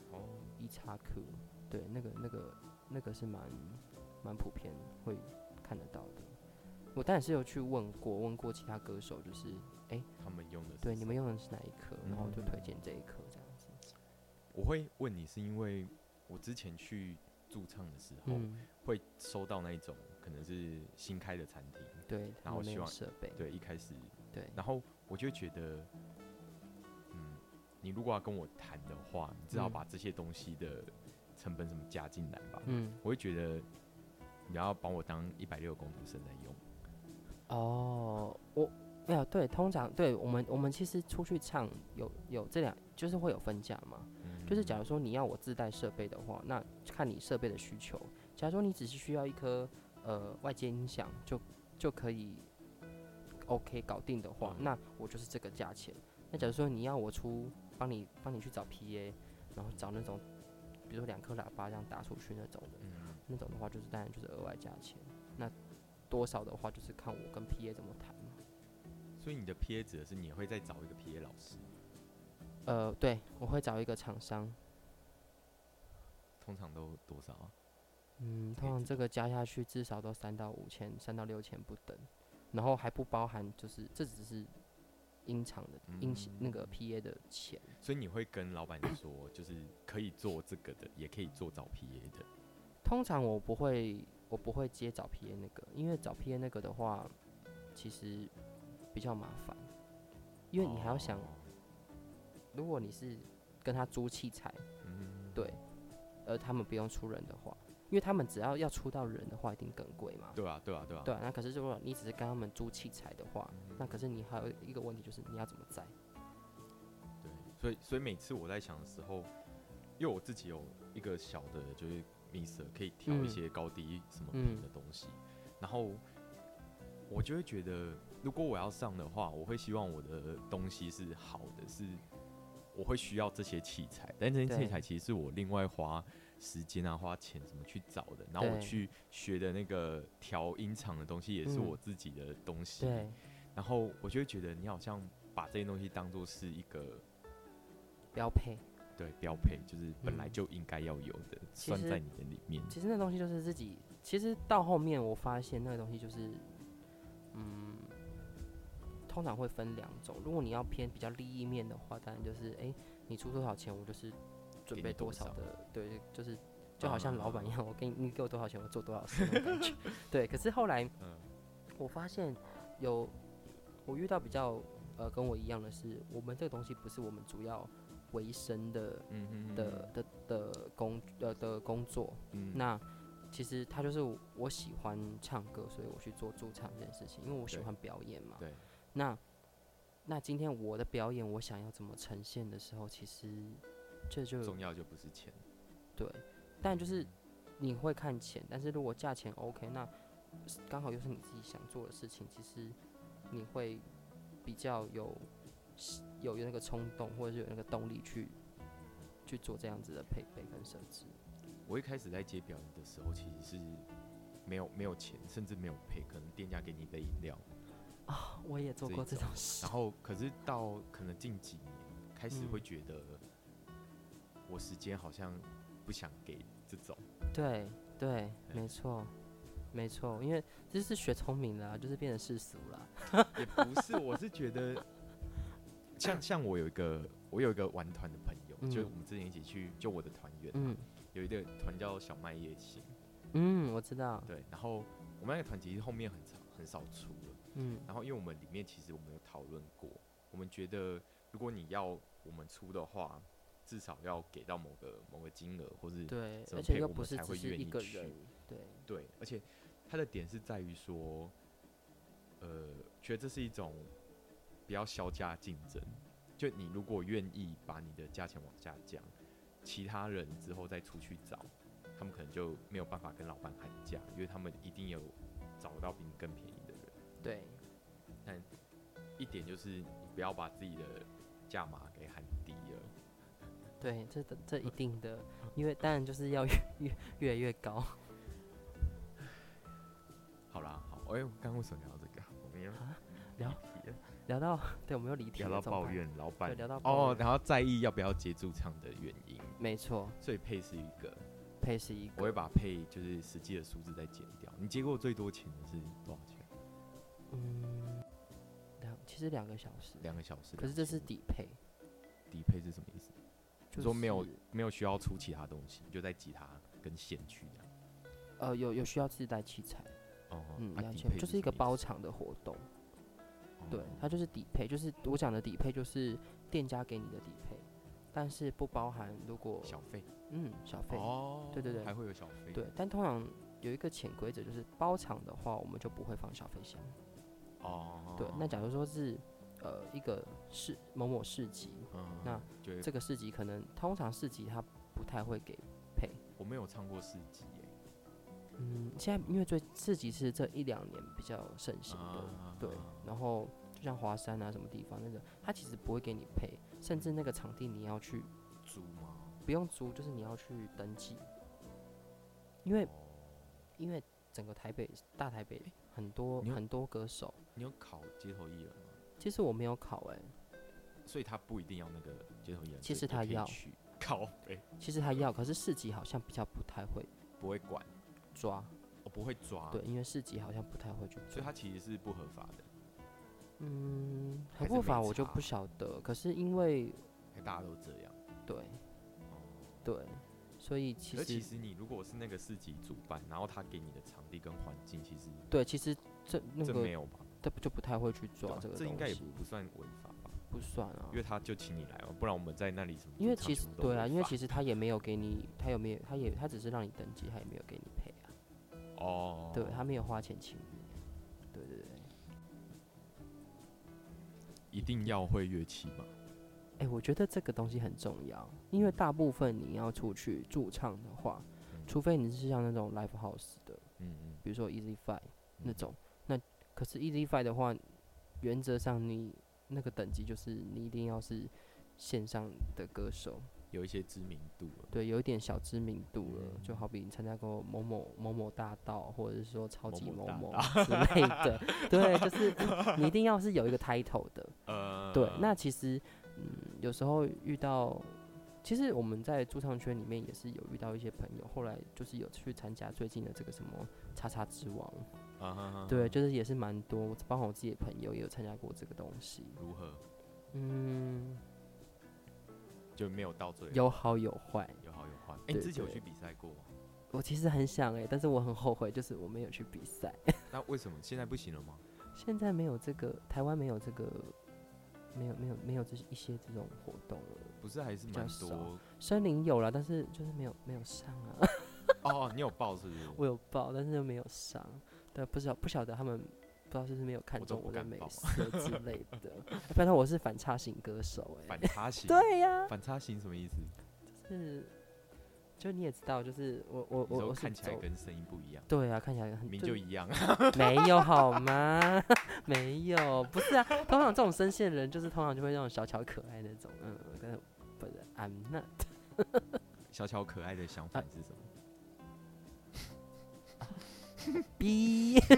A: E X Q， 对，那个那个那个是蛮蛮普遍会看得到的。我当然是有去问过，问过其他歌手，就是哎、欸，
B: 他们用的是
A: 对，你们用的是哪一颗？然后我就推荐这一颗这样子。
B: 我会问你是因为我之前去驻唱的时候，嗯、会收到那一种可能是新开的餐厅，
A: 对，
B: 然后希望
A: 设备，
B: 对，一开始
A: 对，
B: 然后我就觉得，嗯，你如果要跟我谈的话，你至少把这些东西的成本什么加进来吧。嗯，我会觉得你要把我当一百六的工读生在用。
A: 哦，我没有对，通常对我们我们其实出去唱有有这两就是会有分价嘛。嗯、就是假如说你要我自带设备的话，那看你设备的需求。假如说你只是需要一颗呃外接音响就就可以。OK 搞定的话，那我就是这个价钱。那假如说你要我出帮你帮你去找 P A， 然后找那种比如说两颗喇叭这样打出去那种的，嗯、那种的话就是当然就是额外价钱。那多少的话就是看我跟 P A 怎么谈嘛。
B: 所以你的 P A 指的是你会再找一个 P A 老师？
A: 呃，对，我会找一个厂商。
B: 通常都多少啊？
A: 嗯，通常这个加下去至少都三到五千，三到六千不等。然后还不包含，就是这只是音场的音、嗯、那个 P A 的钱。
B: 所以你会跟老板说，就是可以做这个的，也可以做找 P A 的。
A: 通常我不会，我不会接找 P A 那个，因为找 P A 那个的话，其实比较麻烦，因为你还要想，哦、如果你是跟他租器材，嗯、对，而他们不用出人的话。因为他们只要要出到人的话，一定更贵嘛。
B: 对啊，对啊，对啊。
A: 对啊，那可是如果你只是跟他们租器材的话，嗯、那可是你还有一个问题就是你要怎么载。
B: 对，所以所以每次我在想的时候，因为我自己有一个小的，就是 mixer 可以调一些高低什么频的东西，嗯、然后我就会觉得，如果我要上的话，我会希望我的东西是好的，是我会需要这些器材，但这些器材其实是我另外花时间啊、花钱怎么去找的，然后我去学的那个调音场的东西也是我自己的东西，嗯、然后我就会觉得你好像把这些东西当作是一个
A: 标配，
B: 对，标配就是本来就应该要有的，嗯、算在你的里面。
A: 其实那东西就是自己，其实到后面我发现那个东西就是，嗯，通常会分两种。如果你要偏比较利益面的话，当然就是哎、欸，你出多少钱，我就是准备多少的，对，就是就好像老板一样，我给你，你给我多少钱，我做多少事那种感觉。对，可是后来，嗯、我发现有我遇到比较呃跟我一样的是，我们这个东西不是我们主要维生的，嗯哼哼的的的工呃的工作。嗯，那其实他就是我喜欢唱歌，所以我去做驻唱这件事情，因为我喜欢表演嘛。
B: 对。
A: 那那今天我的表演，我想要怎么呈现的时候，其实这就
B: 重要就不是钱。
A: 对，但就是你会看钱，但是如果价钱 OK， 那刚好又是你自己想做的事情，其实你会比较有有有那个冲动，或者是有那个动力去去做这样子的配备跟设置。
B: 我一开始在接表演的时候，其实是没有没有钱，甚至没有配，可能店家给你一杯饮料。
A: 啊、哦，我也做过这种事。
B: 然后，可是到可能近几年，开始会觉得，我时间好像不想给这种。
A: 对对，没错。没错，因为这是学聪明了、啊，就是变成世俗了。
B: 也不是，我是觉得，像像我有一个我有一个玩团的朋友，嗯、就我们之前一起去，就我的团员、啊，嗯，有一个团叫小麦夜行，
A: 嗯，我知道，
B: 对，然后我们那个团其实后面很少很少出了，嗯，然后因为我们里面其实我们有讨论过，我们觉得如果你要我们出的话，至少要给到某个某个金额，或是
A: 对，
B: 而且又不
A: 是只是一个人，对
B: 对，而且它的点是在于说，呃，觉得这是一种不要削价竞争。就你如果愿意把你的价钱往下降，其他人之后再出去找，他们可能就没有办法跟老板喊价，因为他们一定有找到比你更便宜的人。
A: 对，
B: 但一点就是你不要把自己的价码给喊低了。
A: 对，这这一定的，因为当然就是要越越越来越高。
B: 好啦，好，哎、欸，我刚刚为什么聊到这个？我们
A: 啊，聊聊到，对，我们又离题了，
B: 聊到抱怨老板，
A: 聊到
B: 哦，然后在意要不要接驻唱的原因，
A: 没错，
B: 所以配是一个，
A: 配是一个，
B: 我会把配就是实际的数字再减掉。你接过最多钱的是多少钱？
A: 嗯，两其实两个小时，
B: 两个小时，
A: 可是这是底配，
B: 底配是什么意思？
A: 就是
B: 说没有没有需要出其他东西，你就在吉他跟线去这样。
A: 呃，有有需要自带器材。
B: 哦，
A: 嗯，
B: 两
A: 千就是一个包场的活动。哦、对，它就是底配，就是我讲的底配，就是店家给你的底配，但是不包含如果
B: 小费。
A: 嗯，小费。
B: 哦，
A: 对对对，
B: 还会有小费。
A: 对，但通常有一个潜规则，就是包场的话，我们就不会放小费箱。
B: 哦。
A: 对，那假如说是呃一个市某某市集，嗯、那这个市集可能通常市集它不太会给配。
B: 我没有唱过市集耶。
A: 嗯，现在因为最市集是这一两年比较盛行的，啊、对。然后就像华山啊什么地方那个，它其实不会给你配，甚至那个场地你要去
B: 租吗？
A: 不用租，就是你要去登记。因为、哦、因为整个台北大台北很多很多歌手，
B: 你有考街头艺人吗？
A: 其实我没有考哎、欸，
B: 所以他不一定要那个街头艺人。
A: 其实他要
B: 考哎，
A: 其实他要，可是市集好像比较不太会，
B: 不会管。
A: 抓，
B: 我、哦、不会抓，
A: 对，因为市集好像不太会去抓，
B: 所以它其实是不合法的。
A: 嗯，合不合法我就不晓得，可是因为
B: 大家都这样，
A: 对，
B: 哦，
A: 对，所以其实
B: 其实你如果是那个市集主办，然后他给你的场地跟环境，其实
A: 对，其实这那个
B: 这没有吧，
A: 这就不太会去抓这个东西，
B: 这应该也不算违法吧？
A: 不算啊，
B: 因为他就请你来嘛，不然我们在那里什么？
A: 因为其实对啊，因为其实他也没有给你，他有没有？他也他只是让你登记，他也没有给你配啊。
B: 哦，
A: 对他没有花钱请你，对对对。
B: 一定要会乐器吗？
A: 哎、欸，我觉得这个东西很重要，因为大部分你要出去驻唱的话，嗯、除非你是像那种 live house 的，嗯嗯，比如说 Easy Five 那种，嗯、那可是 Easy Five 的话，原则上你那个等级就是你一定要是线上的歌手。
B: 有一些知名度了，
A: 对，有一点小知名度了，嗯、就好比你参加过某某某某大道，或者是说超级某某之类的，对，就是你一定要是有一个 title 的，呃，对。那其实，嗯，有时候遇到，其实我们在驻唱圈里面也是有遇到一些朋友，后来就是有去参加最近的这个什么叉叉之王，啊、哈哈对，就是也是蛮多，包括我自己的朋友也有参加过这个东西。
B: 如何？
A: 嗯。
B: 就没有到最后，
A: 有好有坏，
B: 有好有坏。哎、欸，你之前有去比赛过吗？
A: 我其实很想哎、欸，但是我很后悔，就是我没有去比赛。
B: 那为什么现在不行了吗？
A: 现在没有这个，台湾没有这个，没有没有没有这一些这种活动了。
B: 不是，还是蛮多。
A: 森林有啦，但是就是没有没有上啊。
B: 哦，你有报是不是？
A: 我有报，但是就没有上。对，不晓不晓得他们。不知道是不是没有看中我的美色之类的，反正我是反差型歌手哎、
B: 欸，反差型，
A: 对呀、啊，
B: 反差型什么意思？
A: 就是，就你也知道，就是我我我我
B: 看起来跟声音不一样，
A: 对啊，看起来很
B: 明就一样，
A: 没有好吗？没有，不是啊，通常这种声线的人，就是通常就会那种小巧可爱那种，嗯，但是不是 ，I'm not
B: 小巧可爱的想法是什么？
A: 逼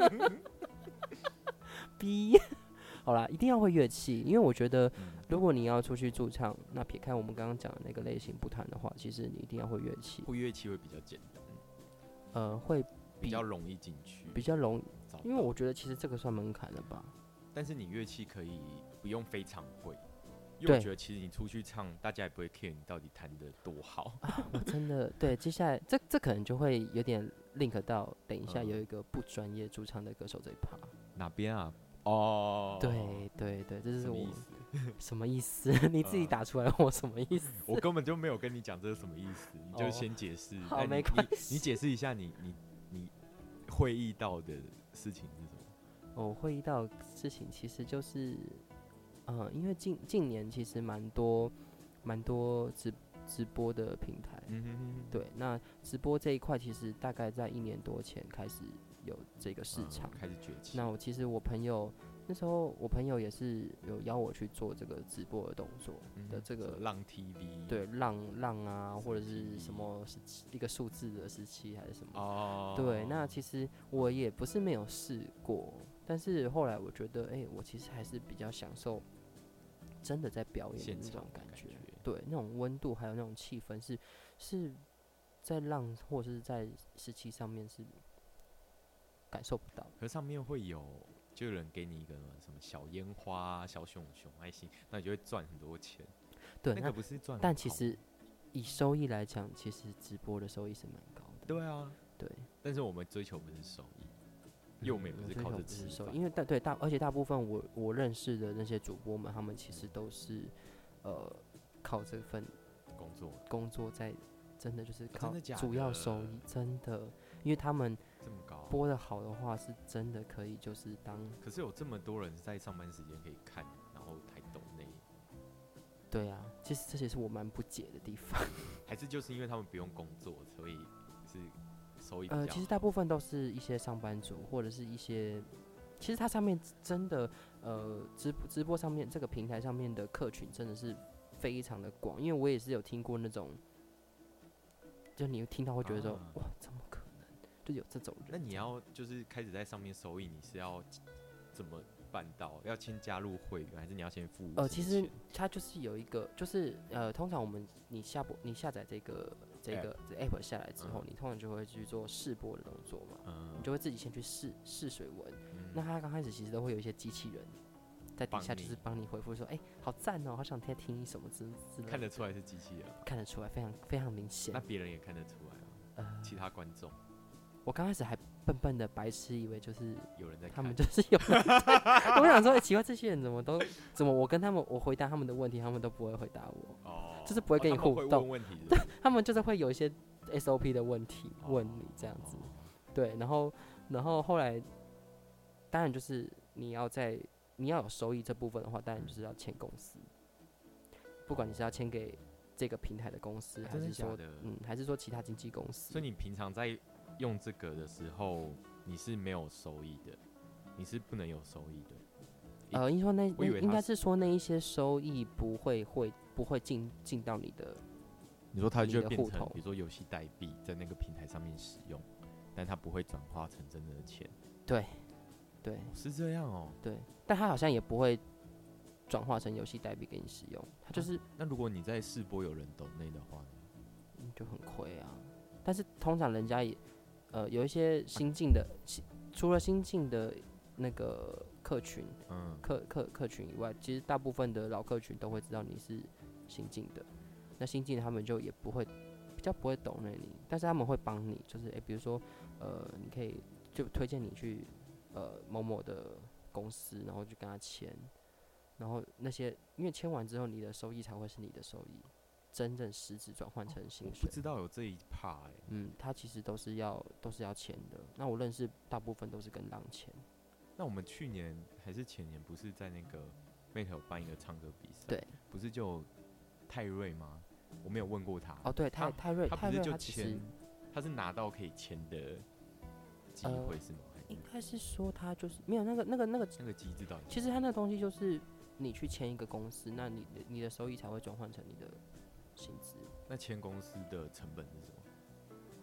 A: 逼，好啦，一定要会乐器，因为我觉得如果你要出去驻唱，那撇开我们刚刚讲的那个类型不谈的话，其实你一定要会乐器。
B: 会乐器会比较简单，
A: 呃，会
B: 比较容易进去，
A: 比较容易，因为我觉得其实这个算门槛了吧。
B: 但是你乐器可以不用非常会。因为我觉得其实你出去唱，大家也不会 care 你到底弹得多好。
A: 啊、我真的对，接下来这这可能就会有点 link 到，等一下有一个不专业驻唱的歌手这一趴。
B: 哪边啊？哦，
A: 对对对，这是我什么意思？你自己打出来我什么意思？
B: 我根本就没有跟你讲这是什么意思，你就先解释。
A: 哦、好，没关系。
B: 你解释一下你你你会意到的事情是什么？
A: 我、哦、会意到的事情其实就是。嗯，因为近近年其实蛮多蛮多直直播的平台，嗯哼哼，对，那直播这一块其实大概在一年多前开始有这个市场、
B: 嗯、开始崛起。
A: 那我其实我朋友那时候我朋友也是有邀我去做这个直播的动作的这个、
B: 嗯、浪 T V，
A: 对，浪浪啊，或者是什么一个数字的时期还是什么
B: 哦，
A: 对，那其实我也不是没有试过。但是后来我觉得，哎、欸，我其实还是比较享受真的在表演的那种感觉，对，那种温度还有那种气氛是是在浪或者是在十七上面是感受不到。
B: 可是上面会有，就有人给你一个什么小烟花、小熊熊爱心，那你就会赚很多钱。
A: 对，
B: 那个不是赚，
A: 但其实以收益来讲，其实直播的收益是蛮高的。
B: 对啊，
A: 对。
B: 但是我们追求不是收益。因为我们也不是靠着吃饭，
A: 因为大对大，而且大部分我我认识的那些主播们，他们其实都是呃靠这份
B: 工作
A: 工作在，真的就是靠
B: 真的
A: 主要收益，真的，因为他们
B: 这么高
A: 播的好的话，是真的可以就是当。
B: 可是有这么多人在上班时间可以看，然后还抖内。
A: 对啊，其实这也是我蛮不解的地方。
B: 还是就是因为他们不用工作，所以是。
A: 呃，其实大部分都是一些上班族，或者是一些，其实它上面真的，呃，直直播上面这个平台上面的客群真的是非常的广，因为我也是有听过那种，就你听到会觉得说，啊、哇，怎么可能，就有这种人？
B: 那你要就是开始在上面收益，你是要怎么办到？要先加入会员，还是你要先付？
A: 呃，其实它就是有一个，就是呃，通常我们你下播，你下载这个。这个这 app 下来之后、嗯，你通常就会去做试播的动作嘛，嗯、你就会自己先去试试水温、嗯。那他刚开始其实都会有一些机器人在底下，就是帮你回复说，哎、欸，好赞哦，好想听听什么之之类的。
B: 看得出来是机器人，
A: 看得出来，非常非常明显。
B: 那别人也看得出来吗？呃，其他观众，
A: 我刚开始还笨笨的白痴，以为就是
B: 有人在看，
A: 他们就是有人在。我想说，哎、欸，奇怪，这些人怎么都怎么我跟他们我回答他们的问题，他们都不会回答我。哦。就是不会跟你互动，
B: 哦、他们会问问题是不是
A: 对，他们就是会有一些 S O P 的问题问你这样子，对，然后，然后后来，当然就是你要在你要有收益这部分的话，当然就是要签公司，不管你是要签给这个平台的公司，还是说嗯，还是说其他经纪公司。
B: 所以你平常在用这个的时候，你是没有收益的，你是不能有收益的。
A: 呃，应该说那应该是说那一些收益不会会不会进进到你的，
B: 你说它就会变成比如说游戏代币在那个平台上面使用，但它不会转化成真的钱。
A: 对，对，
B: 是这样哦。
A: 对，但它好像也不会转化成游戏代币给你使用，它就是、啊。
B: 那如果你在试播有人抖内的话呢，
A: 就很亏啊。但是通常人家也呃有一些新进的，啊、除了新进的那个。客群，嗯，客客客群以外，其实大部分的老客群都会知道你是新进的。那新进的他们就也不会比较不会懂那你，但是他们会帮你，就是哎、欸，比如说呃，你可以就推荐你去呃某某的公司，然后就跟他签，然后那些因为签完之后，你的收益才会是你的收益，真正实质转换成薪水。
B: 我不知道有这一趴哎。
A: 嗯，他其实都是要都是要签的。那我认识大部分都是跟浪签。
B: 那我们去年还是前年，不是在那个 Mate 有办一个唱歌比赛？
A: 对，
B: 不是就泰瑞吗？我没有问过他。
A: 哦，对，泰泰瑞，
B: 他不是就签，他是拿到可以签的机会是吗？
A: 呃、应该是说他就是没有那个那个那个
B: 那个机制到底？
A: 其实他那个东西就是你去签一个公司，那你的你的收益才会转换成你的薪资。
B: 那签公司的成本是什么？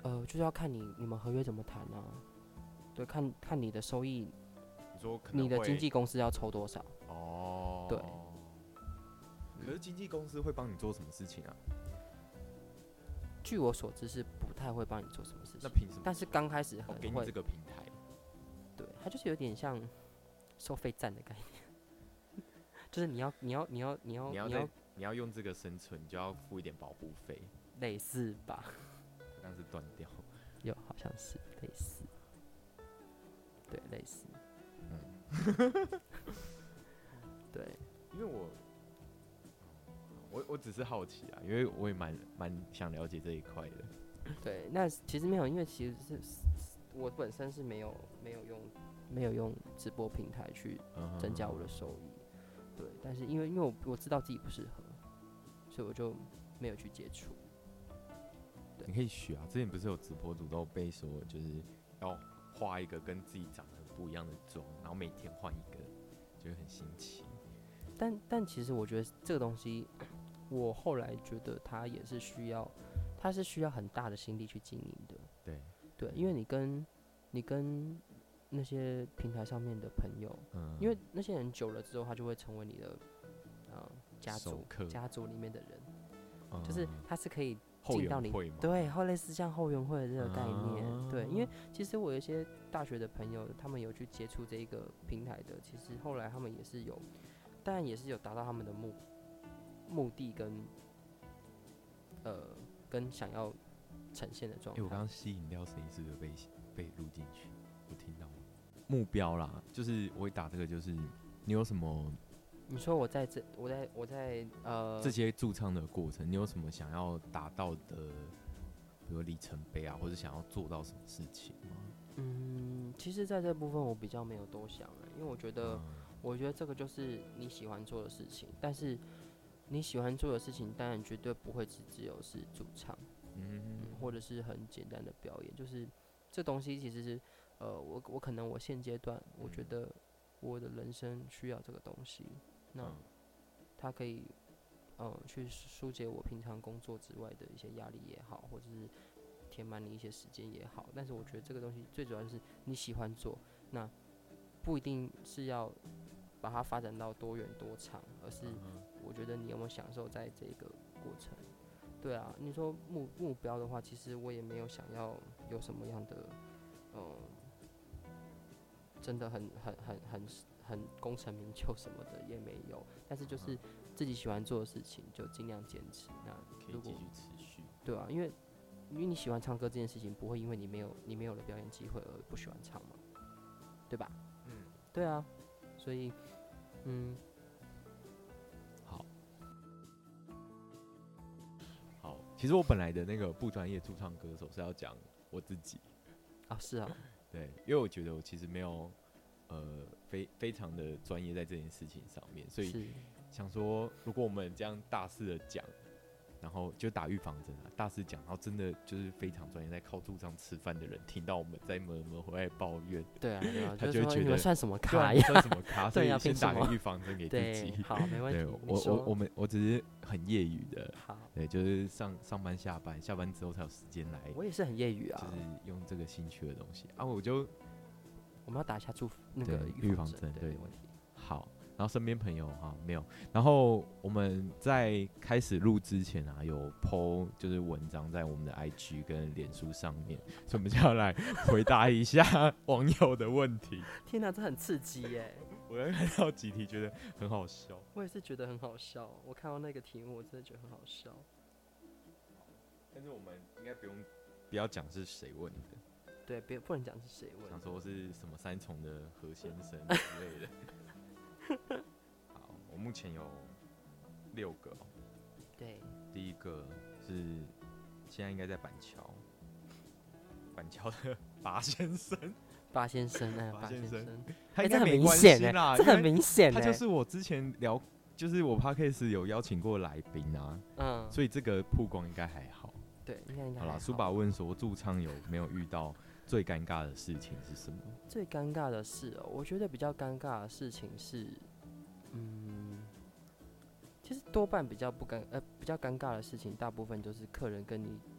A: 呃，就是要看你你们合约怎么谈啊，对，看看你的收益，
B: 你说可能
A: 你的经纪公司要抽多少？
B: 哦，
A: 对。
B: 可是经纪公司会帮你做什么事情啊？
A: 据我所知是不太会帮你做什么事情。
B: 那凭什么？
A: 但是刚开始很会、
B: 哦、给你这个平台，
A: 对，它就是有点像收费站的概念，就是你要你要你要你要
B: 你要你要你要用这个生存，你就要付一点保护费，
A: 类似吧？
B: 但是断掉，
A: 有好像是类似，对，类似，
B: 嗯，
A: 对，
B: 因为我。我我只是好奇啊，因为我也蛮蛮想了解这一块的。
A: 对，那其实没有，因为其实是我本身是没有没有用没有用直播平台去增加我的收益，对。但是因为因为我我知道自己不适合，所以我就没有去接触。
B: 你可以学啊，之前不是有直播主都被说就是要画一个跟自己长得很不一样的妆，然后每天换一个，就会很新奇。
A: 但但其实我觉得这个东西，我后来觉得它也是需要，它是需要很大的心力去经营的。
B: 对
A: 对，因为你跟你跟那些平台上面的朋友，
B: 嗯，
A: 因为那些人久了之后，他就会成为你的呃家族家族里面的人，
B: 嗯、
A: 就是他是可以进到你
B: 后援会吗？
A: 对，后类似像后援会的这个概念，
B: 嗯、
A: 对，因为其实我有一些大学的朋友，他们有去接触这一个平台的，其实后来他们也是有。当然也是有达到他们的目目的跟呃跟想要呈现的状态。
B: 哎、欸，我刚刚吸饮料声音是不是被被录进去？我听到目标啦，就是我会打这个，就是你有什么？
A: 你说我在这，我在我在呃
B: 这些驻唱的过程，你有什么想要达到的，比如里程碑啊，或者想要做到什么事情吗？
A: 嗯，其实在这部分我比较没有多想了，因为我觉得。嗯我觉得这个就是你喜欢做的事情，但是你喜欢做的事情，当然绝对不会只只有是驻唱，嗯，或者是很简单的表演。就是这东西其实是，呃，我我可能我现阶段我觉得我的人生需要这个东西，那它可以，嗯、呃，去疏解我平常工作之外的一些压力也好，或者是填满你一些时间也好。但是我觉得这个东西最主要是你喜欢做，那不一定是要。把它发展到多远多长，而是我觉得你有没有享受在这个过程？对啊，你说目目标的话，其实我也没有想要有什么样的，嗯，真的很很很很很功成名就什么的也没有。但是就是自己喜欢做的事情，就尽量坚持。那如果
B: 可以继续持续，
A: 对啊，因为因为你喜欢唱歌这件事情，不会因为你没有你没有了表演机会而不喜欢唱嘛，对吧？嗯，对啊。所以，嗯，
B: 好，好。其实我本来的那个不专业驻唱歌手是要讲我自己
A: 啊，是啊，
B: 对，因为我觉得我其实没有呃非非常的专业在这件事情上面，所以想说，如果我们这样大肆的讲。然后就打预防针啊，大肆讲，然后真的就是非常专业，在靠驻唱吃饭的人听到我们在默默回来抱怨，
A: 对啊，对啊，
B: 他就会觉得
A: 你们算什么咖呀？
B: 算什么咖？所以先打个预防针给自己。
A: 好，没问题。
B: 我我我们我只是很业余的，
A: 好，
B: 对，就是上上班下班，下班之后才有时间来。
A: 我也是很业余啊，
B: 就是用这个兴趣的东西啊，我就
A: 我们要打一下祝福那个
B: 预防针，对，
A: 没问题。
B: 好。然后身边朋友哈没有，然后我们在开始录之前啊，有 po 就是文章在我们的 I G 跟脸书上面，所以我们就要来回答一下网友的问题。
A: 天哪，这很刺激耶！
B: 我刚看到几题觉得很好笑，
A: 我也是觉得很好笑。我看到那个题目，我真的觉得很好笑。
B: 但是我们应该不用不要讲是谁问的，
A: 对，别不能讲是谁问的，
B: 想说是什么三重的何先生之类的。好，我目前有六个、喔。
A: 对，
B: 第一个是现在应该在板桥，板桥的八先生。
A: 八先生啊，
B: 八先生，
A: 他
B: 应该没关系啦，
A: 这很明显、欸，
B: 他就是我之前聊，就是我 podcast 有邀请过来宾啊，嗯，所以这个曝光应该还好。
A: 对，应该应该
B: 好啦。苏爸问说，驻唱有没有遇到最尴尬的事情是什么？
A: 最尴尬的事哦、喔，我觉得比较尴尬的事情是，嗯，其实多半比较不尴呃比较尴尬的事情，大部分就是客人跟你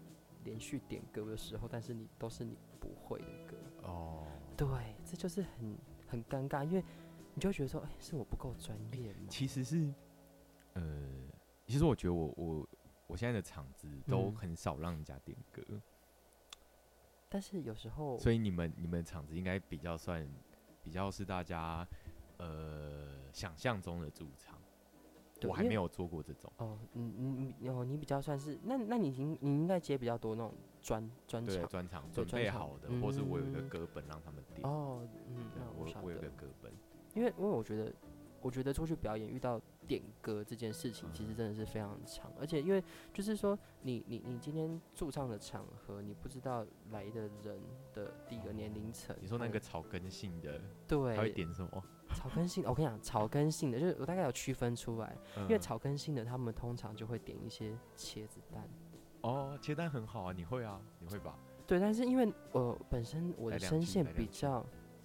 A: 连续点歌的时候，但是你都是你不会的歌。
B: 哦，
A: 对，这就是很很尴尬，因为你就会觉得说，哎、欸，是我不够专业吗？
B: 其实是，呃，其实我觉得我我我现在的场子都很少让人家点歌、嗯，
A: 但是有时候，
B: 所以你们你们场子应该比较算比较是大家呃想象中的驻场。我还没有做过这种
A: 哦，你你你哦，你比较算是那那你应你应该接比较多那种专专场，
B: 对专场准备好的，或是我有一个歌本让他们点。
A: 哦，嗯，那我
B: 我我有个歌本，
A: 因为因为我觉得我觉得出去表演遇到点歌这件事情，其实真的是非常长，而且因为就是说你你你今天驻唱的场合，你不知道来的人的第一个年龄层，
B: 你说那个草根性的，
A: 对，
B: 他会点什么？
A: 草根性，我跟你讲，草根性的就是我大概有区分出来，嗯、因为草根性的他们通常就会点一些茄子蛋。
B: 哦，茄蛋很好啊，你会啊，你会吧？
A: 对，但是因为我本身我的声线比较，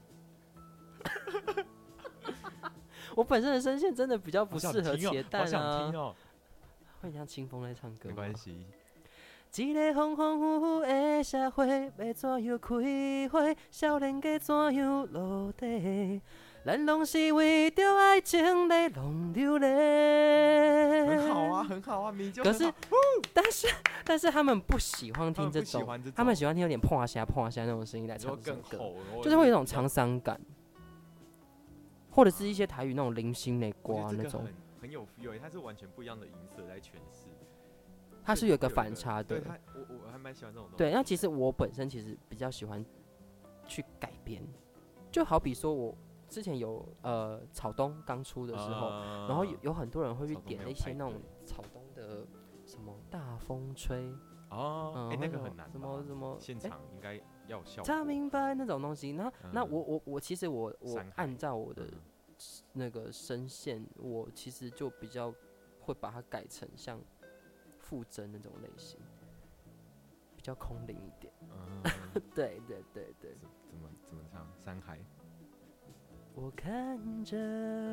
A: 我本身的声线真的比较不适合茄蛋啊。
B: 好想听哦，
A: 会像清风在唱歌吗？
B: 没关系。
A: 一个风风雨雨的社会，要怎样开花？少年家怎样落地？咱拢是为着爱情来弄流泪。
B: 很好啊，很好啊，你就
A: 可是，但是，但是他们不喜欢听这种，他 们, 这种他们喜欢听有点破虾破虾那种声音来唱这首歌，就是会有一种沧桑感，或者是一些台语那种零星的瓜那种，
B: 很, 很有 feel， 它是完全不一样的音色在诠释。
A: 它是有个反差的，
B: 对，我我还蛮喜欢这种东西。
A: 对，那其实我本身其实比较喜欢去改编，就好比说我之前有呃草东刚出的时候，呃、然后 有, 有很多人会去点一些那种草东的什么大风吹
B: 哦，哎、嗯欸、那个很难，
A: 什么什么
B: 现场应该要有效果，
A: 他明白那种东西。那、嗯、那我我我其实我我按照我的那个声线，我其实就比较会把它改成像傅征那种类型，比较空灵一点。嗯、对对对对。
B: 怎么怎么唱？山海。
A: 我看着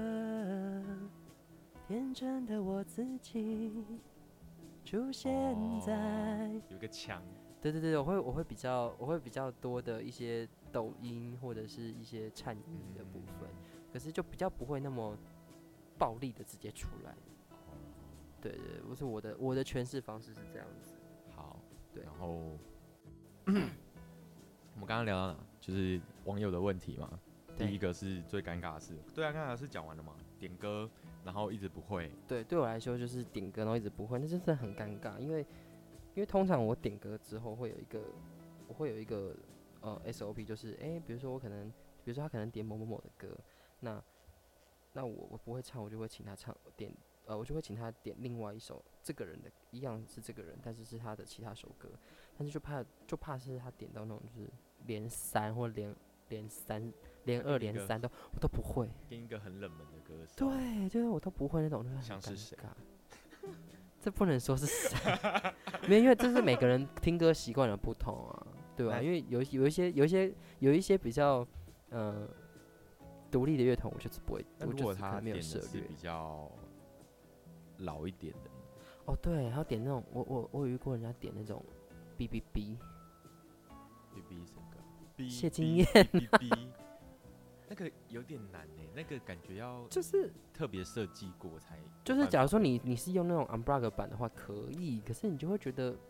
A: 天真的我自己出现在、
B: 哦、有个腔。
A: 对对对，我会我会比较我会比较多的一些抖音或者是一些颤音的部分、嗯，可是就比较不会那么暴力的直接出来。对对，不是我的我的诠释方式是这样子。
B: 好，
A: 对，
B: 然后我们刚刚聊到哪？就是网友的问题嘛。第一个是最尴尬的事，对啊，尴尬的事讲完了嘛？点歌，然后一直不会。
A: 对，对我来说就是点歌，然后一直不会，那真的很尴尬，因为因为通常我点歌之后会有一个，我会有一个呃 S O P， 就是哎、欸，比如说我可能，比如说他可能点某某某的歌，那那我我不会唱，我就会请他唱点。呃，我就会请他点另外一首这个人的，一样是这个人，但是是他的其他首歌，但是就怕就怕是他点到那种就是连三或连连三连二连三都我都不会，
B: 跟一个很冷门的歌手，
A: 对，就是我都不会那种，就很
B: 像是谁？
A: 这不能说是谁，没有，因为这是每个人听歌习惯的不同啊，对吧、啊？因为有有一些有一些有一些比较呃独立的乐团，我就是不会，我就是可能没有涉猎，
B: 比较老一点的
A: 哦，对，还有点那种，我我我有遇过人家点那种 B B B，
B: B B 什么？
A: 谢金燕，
B: 那个有点难呢，那个感觉要
A: 就是
B: 特别设计过才。
A: 就是假如说你你是用那种 unplug 版的话可以，可是你就会觉得，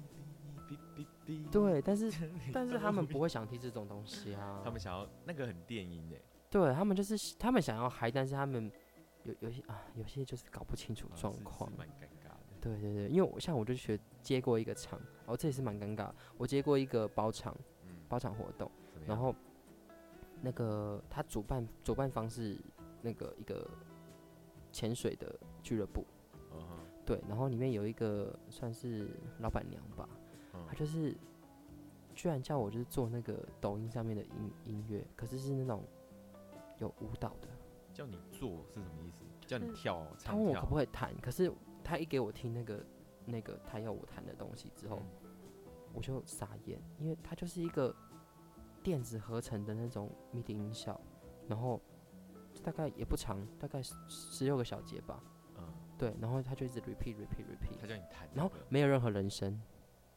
A: 对，但是但是他们不会想听这种东西啊，
B: 他们想要那个很电音诶，
A: 对他们就是他们想要嗨，但是他们。有有些啊，有些就是搞不清楚状况，
B: 蛮尴尬的。
A: 对对对，因为我像我就学接过一个场，哦，这也是蛮尴尬。我接过一个包场，嗯、包场活动，然后那个他主办主办方是那个一个潜水的俱乐部，嗯、对，然后里面有一个算是老板娘吧，嗯、她就是居然叫我就是做那个抖音上面的音音乐，可是是那种有舞蹈的。
B: 叫你做是什么意思？叫你跳，
A: 他问我可不可以弹，可是他一给我听那个那个他要我弹的东西之后，嗯、我就傻眼，因为它就是一个电子合成的那种 M I D I 音效，然后大概也不长，大概十六个小节吧，嗯，对，然后他就一直 repeat repeat repeat，
B: 他叫你弹，
A: 然后没有任何人声，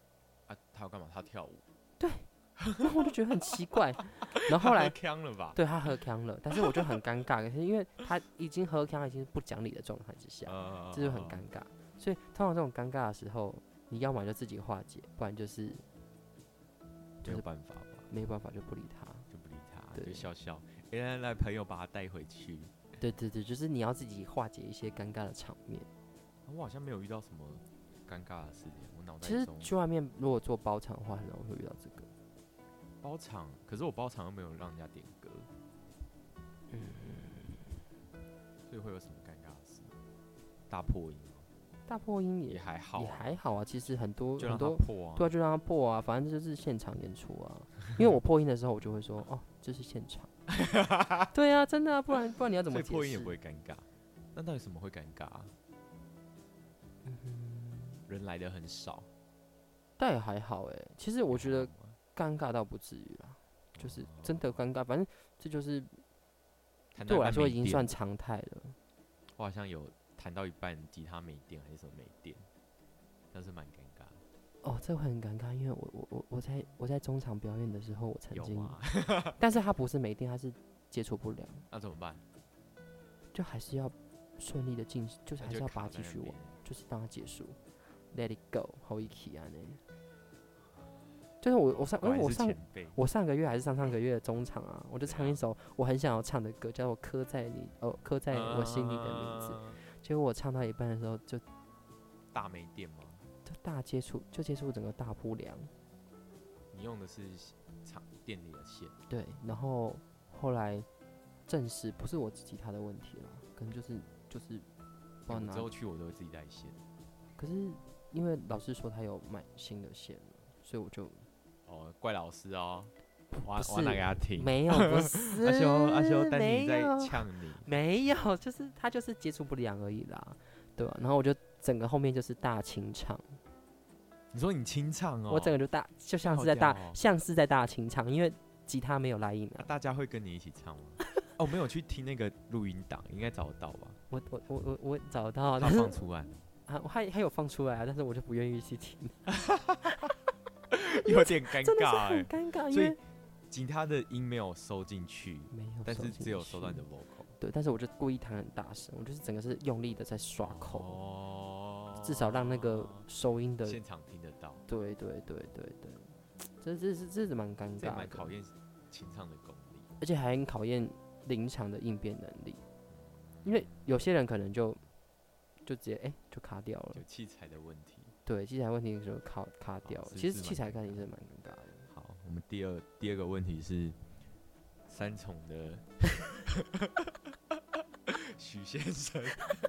B: 啊，他要干嘛？他跳舞。
A: 对，然后我就觉得很奇怪。然后后来
B: 喝呛了吧？
A: 对他喝呛了，但是我就很尴尬，可是因为他已经喝呛，已经是不讲理的状态之下，
B: 呃、
A: 这就很尴尬。所以通常这种尴尬的时候，你要么就自己化解，不然就是
B: 没有办法吧？
A: 没有办法就不理他，
B: 就不理他，就笑笑。哎、欸，来来，朋友把他带回去。
A: 对对对，就是你要自己化解一些尴尬的场面。
B: 我好像没有遇到什么尴尬的事情，我脑袋
A: 其实去外面如果做包场的话，很容易会遇到这个。
B: 包场，可是我包场又没有让人家点歌，嗯，所以会有什么尴尬的事？大破音吗？
A: 大破音 也,
B: 也还好、啊，
A: 也还好啊。其实很多
B: 就让
A: 很多
B: 破啊，
A: 对啊，就让他破啊，反正就是现场演出啊。因为我破音的时候，我就会说哦，这是现场。对啊，真的啊，不然不然你要怎么解释？
B: 所以破音也不会尴尬。那到底什么会尴尬、啊？嗯，人来的很少，
A: 但也还好哎、欸。其实我觉得尴尬倒不至于啦，就是真的尴尬。反正这就是对我来说已经算常态了。
B: 我好像有弹到一半，吉他没电还是什么没电，但是蛮尴尬的。
A: 哦，这会很尴尬，因为我我我我在我在中场表演的时候，我曾经，
B: 啊、
A: 但是他不是没电，他是接触不良。
B: 那怎么办？
A: 就还是要顺利的进行，就是还是要把它继续玩，就是让它结束 ，Let it go， 好一起啊呢。就是我我上，因为我上我上个月还是上上个月的中场啊，我就唱一首我很想要唱的歌，叫做《刻在你哦刻在我心里的名字》。结果我唱到一半的时候就
B: 大没电吗？
A: 就大接触，就接触整个大不良。
B: 你用的是厂店里的线？
A: 对，然后后来证实不是我吉他的问题了，可能就是就是不知道哪。
B: 之后去我都会自己带线。
A: 可是因为老师说他有买新的线了，所以我就
B: 哦怪老师哦。我我拿给他听，
A: 没有，不是
B: 阿修阿修，丹尼在呛你，
A: 没有，就是他就是接触不良而已啦，对吧、啊？然后我就整个后面就是大清唱。
B: 你说你清唱哦？
A: 我整个就大，就像是在大，哦、像是在大清唱，因为吉他没有来音啊。
B: 啊大家会跟你一起唱吗？哦，没有去听那个录音档，应该找得到吧？
A: 我我我我我找得到，
B: 他放出来
A: 啊，我还还有放出来啊，但是我就不愿意去听，
B: 有点尴尬哎、
A: 欸，很尴尬，
B: 所以吉他的音没有收进去，
A: 没有，
B: 但是只有收到你的 vocal。
A: 对，但是我就故意弹很大声，我就是整个是用力的在刷口，哦，至少让那个收音的
B: 现场听得到。
A: 对对对对对，这这是这是蛮尴尬的，
B: 蛮考验清唱的功力，
A: 而且还很考验临场的应变能力，因为有些人可能就就直接哎、欸、就卡掉了，
B: 有器材的问题。
A: 对，器材问题就卡卡掉了。其实器材看也是蛮尴尬的。
B: 好，我们第二第二个问题是三重的许先生。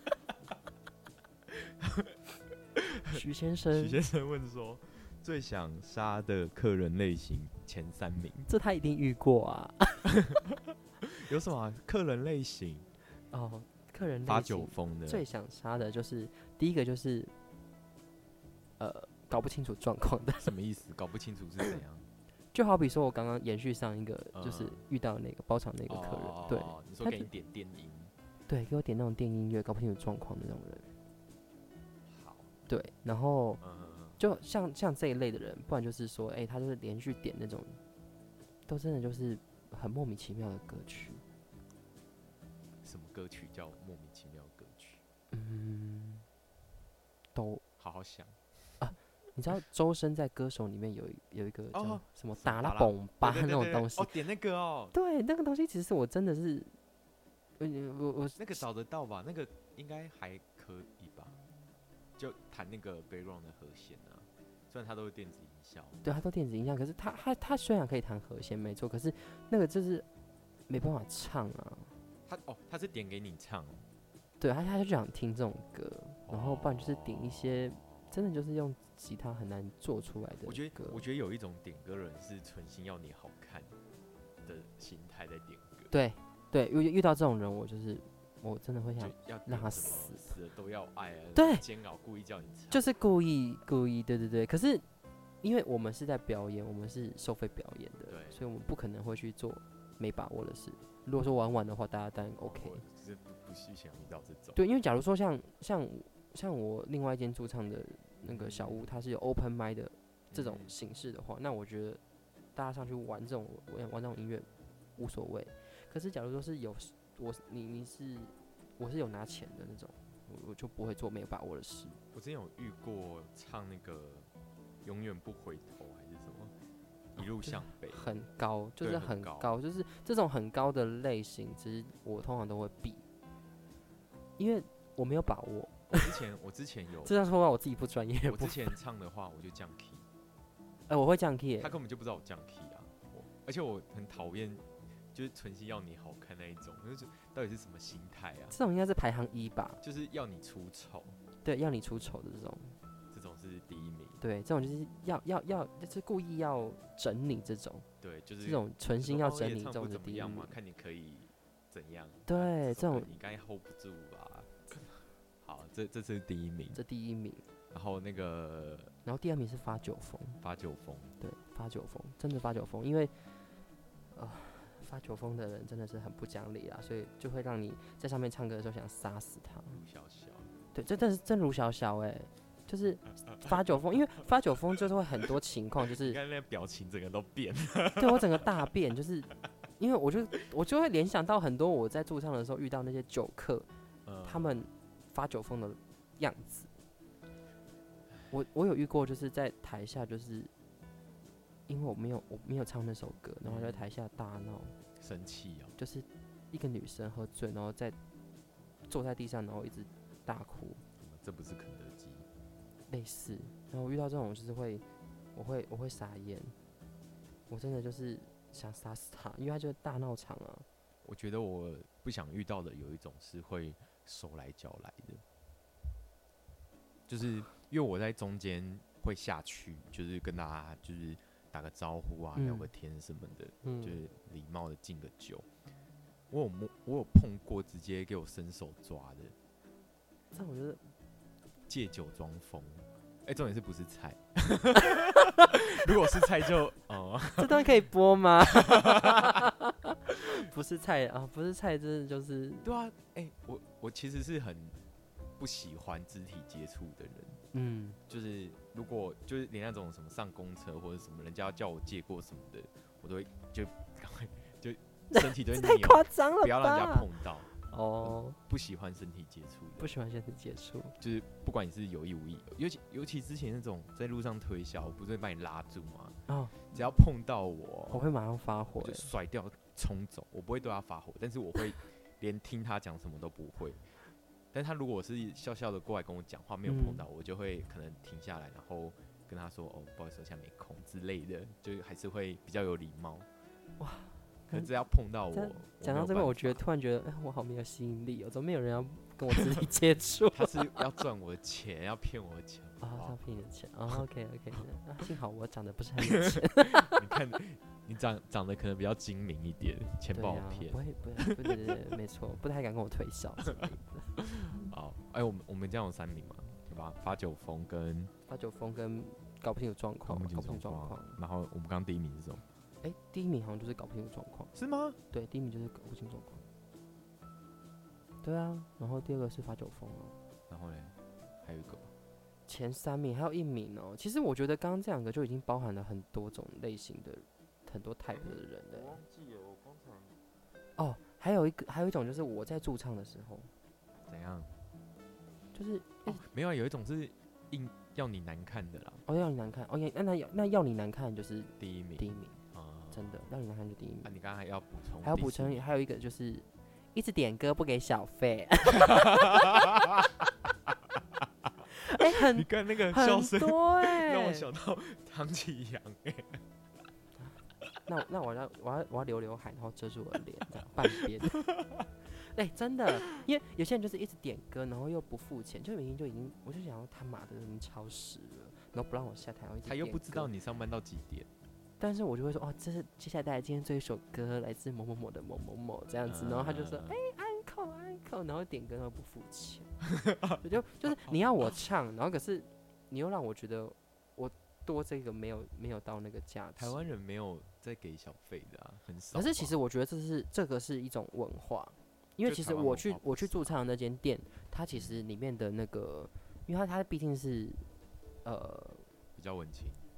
A: 许先生，
B: 许先生问说，最想杀的客人类型前三名，
A: 这他一定遇过啊。
B: 有什么、啊、客人类型？
A: 哦，客人类型
B: 发酒疯的，
A: 最想杀的就是第一个就是。呃，搞不清楚状况的。
B: 什么意思？搞不清楚是怎样？
A: 就好比说，我刚刚延续上一个，就是遇到那个包场那个客人，
B: 哦、
A: 对，
B: 你说给你点电音，
A: 对，给我点那种电音乐，搞不清楚状况的那种人。
B: 好，
A: 对，然后、
B: 嗯、
A: 就像像这一类的人，不然就是说，哎、欸，他就是连续点那种，都真的就是很莫名其妙的歌曲。
B: 什么歌曲叫莫名其妙的歌曲？
A: 嗯，都
B: 好好想。
A: 你知道周深在歌手里面有有一个叫什么打拉蹦
B: 吧
A: 那种东西？
B: 哦，点那个哦。
A: 对，那个东西其实我真的是，我我我
B: 那个找得到吧？那个应该还可以吧？就弹那个 background 的和弦啊，虽然它都是电子音效。
A: 对，它都电子音效，可是它它它虽然可以弹和弦，没错，可是那个就是没办法唱啊。
B: 他哦，他是点给你唱哦。
A: 对，他他就想听这种歌，然后不然就是点一些。真的就是用吉他很难做出来的歌。
B: 我觉得，我觉得有一种点歌人是存心要你好看的心态在点歌。
A: 对对，遇遇到这种人，我就是我真的会想
B: 要
A: 让他死，
B: 死了都要爱啊。
A: 对，
B: 煎熬故意叫你唱，
A: 就是故意故意，对对对。可是因为我们是在表演，我们是收费表演的，
B: 对，
A: 所以我们不可能会去做没把握的事。如果说玩玩的话，大家当然 OK。
B: 只是不不是想遇到这种。
A: 对，因为假如说像像像我另外一间驻唱的那个小屋，它是有 open mic 的这种形式的话，那我觉得大家上去玩这种玩这种音乐无所谓。可是假如说是有我你你是我是有拿钱的那种，我我就不会做没有把握的事。
B: 我之前有遇过唱那个永远不回头还是什么一路向北，
A: 很高，就是很高，
B: 高
A: 就是这种很高的类型，其实我通常都会避，因为我没有把握。
B: 我之前我之前有
A: 这样说话我自己不专业。
B: 我之前唱的话我就降 key，
A: 哎、欸，我会降 key，
B: 他根本就不知道我降 key 啊，我而且我很讨厌就是存心要你好看那一种，就是到底是什么心态啊？
A: 这种应该是排行一吧？
B: 就是要你出丑，
A: 对，要你出丑的这种，
B: 这种是第一名。
A: 对，这种就是要要要，就是故意要整你这种，
B: 对，就是
A: 这种存心要整你这种是第一名。
B: 看你可以怎样？
A: 对，这种
B: 你应该 hold 不住吧？好，这这是第一名，
A: 这第一名。
B: 然后那个，
A: 然后第二名是发酒疯，
B: 发酒疯，
A: 对，发酒疯，真的发酒疯，因为，呃，发酒疯的人真的是很不讲理啦，所以就会让你在上面唱歌的时候想杀死他。
B: 卢小小，
A: 对，这真是真卢小小哎、欸，就是发酒疯，因为发酒疯就是会很多情况，就是
B: 你看那个表情整个都变，
A: 对我整个大变，就是因为我就我就会联想到很多我在驻唱的时候遇到那些酒客，嗯、他们发酒疯的样子。我我有遇过，就是在台下，就是因为我没有我没有唱那首歌，然后在台下大闹，
B: 生气哦，
A: 就是一个女生喝醉，然后在坐在地上，然后一直大哭。
B: 这不是肯德基，
A: 类似。然后我遇到这种，就是会，我会我会傻眼，我真的就是想杀死他，因为他就是大闹场啊。
B: 我觉得我不想遇到的有一种是会手来脚来的。就是因为我在中间会下去，就是跟大家就是打个招呼啊，嗯、聊个天什么的，嗯、就是礼貌的敬个酒。我有摸，我有碰过直接给我伸手抓的，
A: 这我觉得
B: 借酒装疯。哎、欸，重点是不是菜？如果是菜就哦，
A: 这段可以播吗？不是菜啊，不是菜，真的就是
B: 对啊。哎、欸，我我其实是很不喜欢肢体接触的人，嗯，就是如果就是连那种什么上公车或者什么，人家叫我借过什么的，我都会就赶快就身体都会
A: 太夸张了吧，
B: 不要让人家碰到。
A: 哦，
B: 不喜欢身体接触，
A: 不喜欢身体接触，
B: 就是不管你是有意无意，尤其尤其之前那种在路上推销，我不是会把你拉住吗？哦，只要碰到我，
A: 我会马上发火，
B: 就甩掉冲走，我不会对他发火，但是我会连听他讲什么都不会。但他如果是笑笑的过来跟我讲话，没有碰到、嗯、我就会可能停下来，然后跟他说：“哦，不好意思，我现在没空之类的。”就还是会比较有礼貌。哇！可是只要碰到我，
A: 讲到这边，我觉得突然觉得，哎、欸，我好没有吸引力哦，怎么没有人要跟我肢体接触？
B: 他是要赚我的钱，要骗我的钱
A: 啊，他要骗你的钱啊、哦、？OK OK， 啊，幸好我长得不是很有钱。
B: 你看，你长长得可能比较精明一点，钱不好骗、
A: 啊。不会，不会，不对对对，没错，不太敢跟我推销之类的。
B: 好，哎、欸，我们我们这样有三名嘛，对吧？发酒疯跟
A: 发酒疯跟搞不清楚状况，搞不清楚状况。
B: 然后我们刚刚第一名是什么？
A: 哎、欸，第一名好像就是搞不清楚状况，
B: 是吗？
A: 对，第一名就是搞不清楚状况。对啊，然后第二个是发酒疯啊。
B: 然后呢，还有一个
A: 前三名，还有一名哦。其实我觉得刚刚这两个就已经包含了很多种类型的、很多 type 的人了。
B: 我忘记了，我刚才。
A: 哦，还有一个，还有一种就是我在驻唱的时候。
B: 怎样？
A: 就是、
B: 哦、没有、啊，有一种是硬要你难看的啦。
A: 哦，要你难看，哦，那那要那要你难看就是
B: 第一名，
A: 第一名。真的，让你难看就第一名。
B: 啊，你刚刚还要补充？
A: 还要补充，还有一个就是一直点歌不给小费。哎、欸，很
B: 你看那个笑声，
A: 哎、欸，
B: 让我想到唐启阳哎、欸。
A: 那那我要我要我要留刘海，然后遮住我的脸，这样半边。哎、欸，真的，因为有些人就是一直点歌，然后又不付钱，就明明就已经，我就想要他妈的已经超时了，然后不让我下台，然后一直点歌。
B: 他又不知道你上班到几点。
A: 但是我就会说，哦，这是接下来带来今天这一首歌，来自某某某的某某某这样子，然后他就说，哎、欸、，uncle uncle， 然后点歌然后不付钱，就就是你要我唱，然后可是你又让我觉得我多这个没有没有到那个价值。
B: 台湾人没有在给小费的啊，很少。
A: 可是其实我觉得这是这个是一种文化，因为其实我去我去驻唱的那间店，它其实里面的那个，因为它它毕竟是呃
B: 比较文青。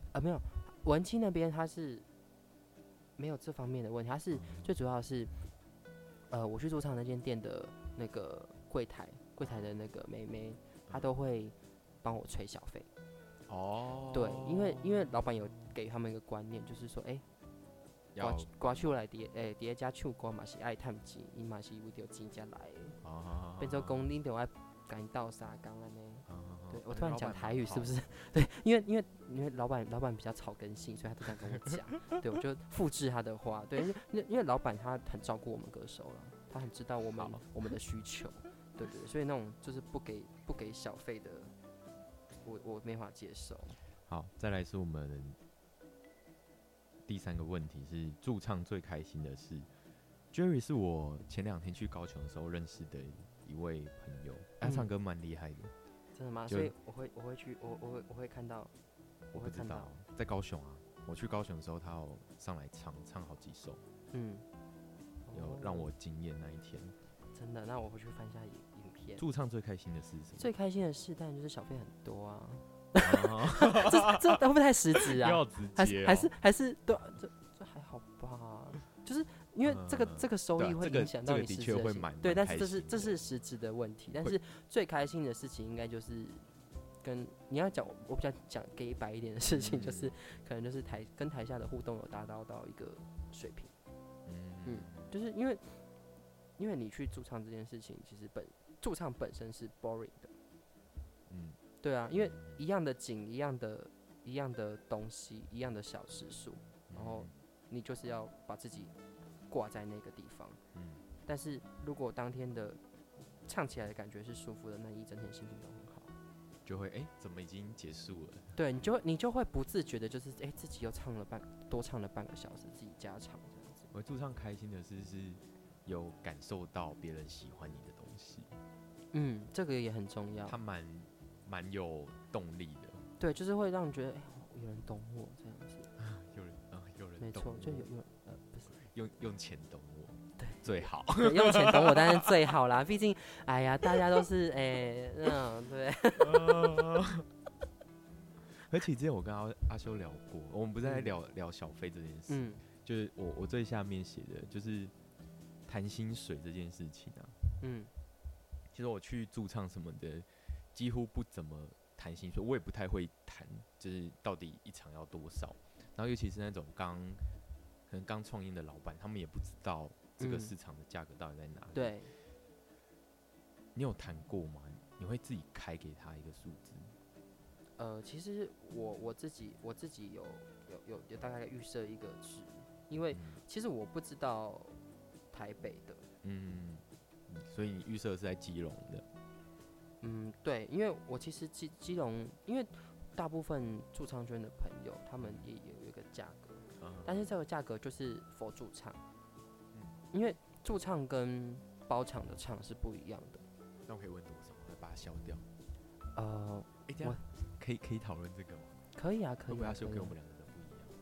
A: 呃，没有，文青那边他是没有这方面的问题，他是、嗯、最主要的是，呃，我去驻唱那间店的那个柜台，柜台的那个妹妹，她都会帮我催小费。哦，对，因为因为老板有给他们一个观念，就是说，哎、欸，歌歌手来伫诶伫遮唱歌嘛是爱趁钱，伊嘛是为着钱才来的。哦，变做讲恁着爱甲因斗相共安尼。对，我突然讲台语是不是？对，因为因为因为老板老板比较草根性，所以他都这样跟我讲。对，我就复制他的话。对，因为因为老板他很照顾我们歌手了，他很知道我们我们的需求。对对，所以那种就是不给不给小费的。我我没法接受。
B: 好，再来是我们第三个问题是驻唱最开心的事。Jerry 是我前两天去高雄的时候认识的一位朋友，他、嗯、唱歌蛮厉害的。
A: 真的吗？所以我会我会去我我会我会看到，
B: 我会看到在高雄啊。我去高雄的时候，他有上来唱唱好几首，嗯，有让我惊艳那一天。
A: 真的，那我回去翻一下影片。
B: 驻唱最开心的事是什么？
A: 最开心的事当然就是小费很多啊。这这会不会太实质啊？
B: 要直接、哦、
A: 还是还是还是对、啊，这这还好吧？就是因为这个、嗯、这个收益会影响到你实质的、
B: 这个、
A: 对，但是这是这是实质的问题。但是最开心的事情应该就是跟你要讲，我比较讲给白一点的事情，嗯、就是可能就是台跟台下的互动有达到到一个水平。嗯, 嗯就是因为。因为你去驻唱这件事情，其实本驻唱本身是 boring 的，嗯，对啊，因为一样的景，一样的、一样的东西，一样的小时数，然后你就是要把自己挂在那个地方，嗯，但是如果当天的唱起来的感觉是舒服的，那你一整天心情都很好，
B: 就会哎、欸，怎么已经结束了？
A: 对，你就会你就会不自觉的，就是哎、欸，自己又唱了半多唱了半个小时，自己加唱这样子。
B: 我驻唱开心的事是。有感受到别人喜欢你的东西，
A: 嗯，这个也很重要。
B: 他蛮蛮有动力的，
A: 对，就是会让你觉得，哎、欸，有人懂我这样子。
B: 有人啊，有人
A: 没错，就有有呃，不是
B: 用用钱懂我，
A: 对，
B: 最好。
A: 对，用钱懂我当然最好啦，毕竟，哎呀，大家都是哎，那、欸、种对。
B: 而且之前我跟阿阿修聊过，我们不是在聊、嗯、聊小费这件事，嗯，就是我我最下面写的就是。谈薪水这件事情啊，嗯，其实我去驻唱什么的，几乎不怎么谈薪水，我也不太会谈，就是到底一场要多少。然后尤其是那种刚可能刚创业的老板，他们也不知道这个市场的价格到底在哪里。嗯、对，你有谈过吗？你会自己开给他一个数字？
A: 呃，其实我我自己我自己有有有有大概预设一个值，因为其实我不知道。台北的，
B: 嗯，所以你预设是在基隆的，
A: 嗯，对，因为我其实基基隆，因为大部分驻唱圈的朋友，他们也有一个价格，嗯、但是这个价格就是否驻唱，嗯，因为驻唱跟包场的唱是不一样的。
B: 那我可以问多少？我把它消掉。
A: 呃，
B: 哎、欸，这样可以可以讨论这个吗？
A: 可以啊，可以、啊。会
B: 不会要修给我们两个人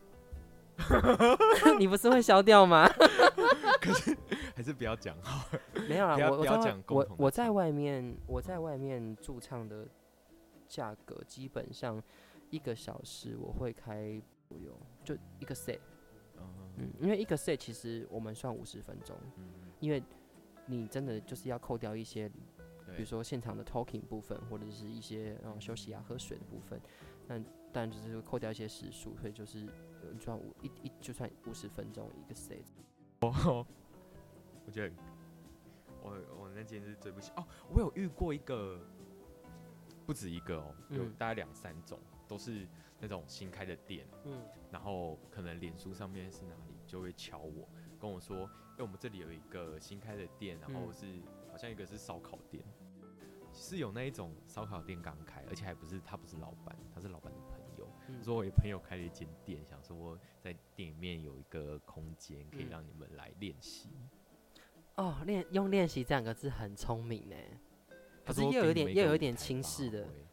A: 不一样？你不是会消掉吗？
B: 可是还是不要讲好了。
A: 没有啊，我我我我在外面我在外面驻唱的价格，基本上一个小时我会开左右，就一个 set。嗯，因为一个 set 其实我们算五十分钟，嗯，因为你真的就是要扣掉一些，比如说现场的 talking 部分，或者是一些嗯休息啊、喝水的部分，那当然就是扣掉一些时数，所以就是呃算五一一就算五十分钟一个 set。
B: 哦，我觉得我我那间是最不行哦。我有遇过一个，不止一个哦，有大概两三种，都是那种新开的店，嗯，然后可能脸书上面是哪里就会敲我，跟我说，哎、欸，我们这里有一个新开的店，然后是、嗯、好像一个是烧烤店，是有那一种烧烤店刚开，而且还不是他不是老板，他是老板的朋友。嗯、说我有朋友开了一间店，想说在店里面有一个空间可以让你们来练习。
A: 嗯、哦，练用练习这两个字很聪明呢，可是又有点又有一点轻视的。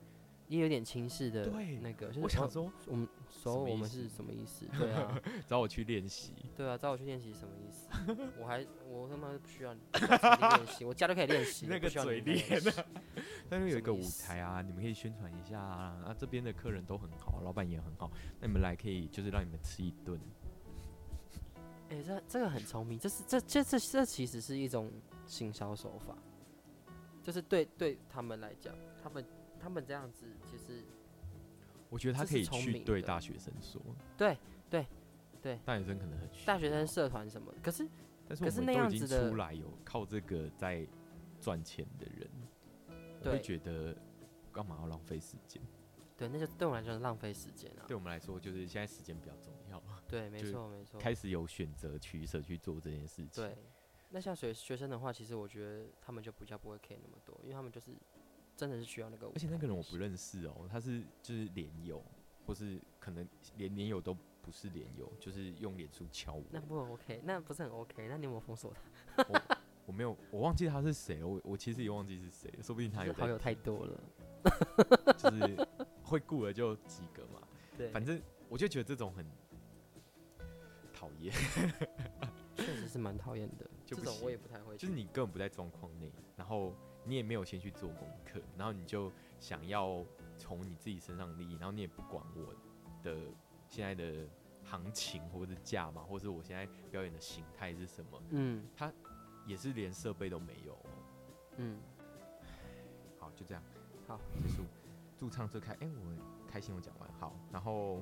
A: 也有点轻视的那个。就是、
B: 我想说，
A: 我们说我们是什么意思？对啊，
B: 找我去练习。
A: 对啊，找我去练习什么意思？我还我他妈不需要练习，我家都可以练习。
B: 那个嘴
A: 脸
B: 啊！但是有一个舞台啊，你们可以宣传一下啊。啊，这边的客人都很好，老板也很好，那你们来可以就是让你们吃一顿。
A: 哎、欸，这这个很聪明，这是这这这这其实是一种行销手法，就是对对他们来讲，他们他们这样子其实，
B: 我觉得他可以去对大学生说，
A: 对对对，
B: 大学生可能很需要
A: 大学生社团什么的，可是
B: 但是我们都已经出来有靠这个在赚钱的人，我会觉得干嘛要浪费时间？
A: 对，那就对我来说是浪费时间啊。
B: 对我们来说，就是现在时间比较重要。
A: 对，没错没错。
B: 开始有选择取舍去做这件事情。
A: 对，那像学学生的话，其实我觉得他们就比较不会 care 那么多，因为他们就是真的是需要那个舞台。
B: 而且那个人我不认识哦，他是就是脸友，或是可能连脸友都不是脸友，就是用脸书敲我。
A: 那不 OK， 那不是很 OK？ 那你有没有封锁他？
B: 我, 我没有，我忘记他是谁，我我其实也忘记是谁，说不定他有
A: 好友太多了，
B: 就是会顾的就几个嘛。
A: 对，
B: 反正我就觉得这种很讨厌，
A: 确实是蛮讨厌的。
B: 就
A: 这种我也不太会，
B: 就是你根本不在状况内，然后你也没有先去做功课，然后你就想要从你自己身上利益，然后你也不管我的现在的行情或者价码，或是我现在表演的形态是什么。嗯，他也是连设备都没有。嗯，好，就这样，
A: 好，
B: 结束。驻唱最开，哎、欸，我开心我讲完，好，然后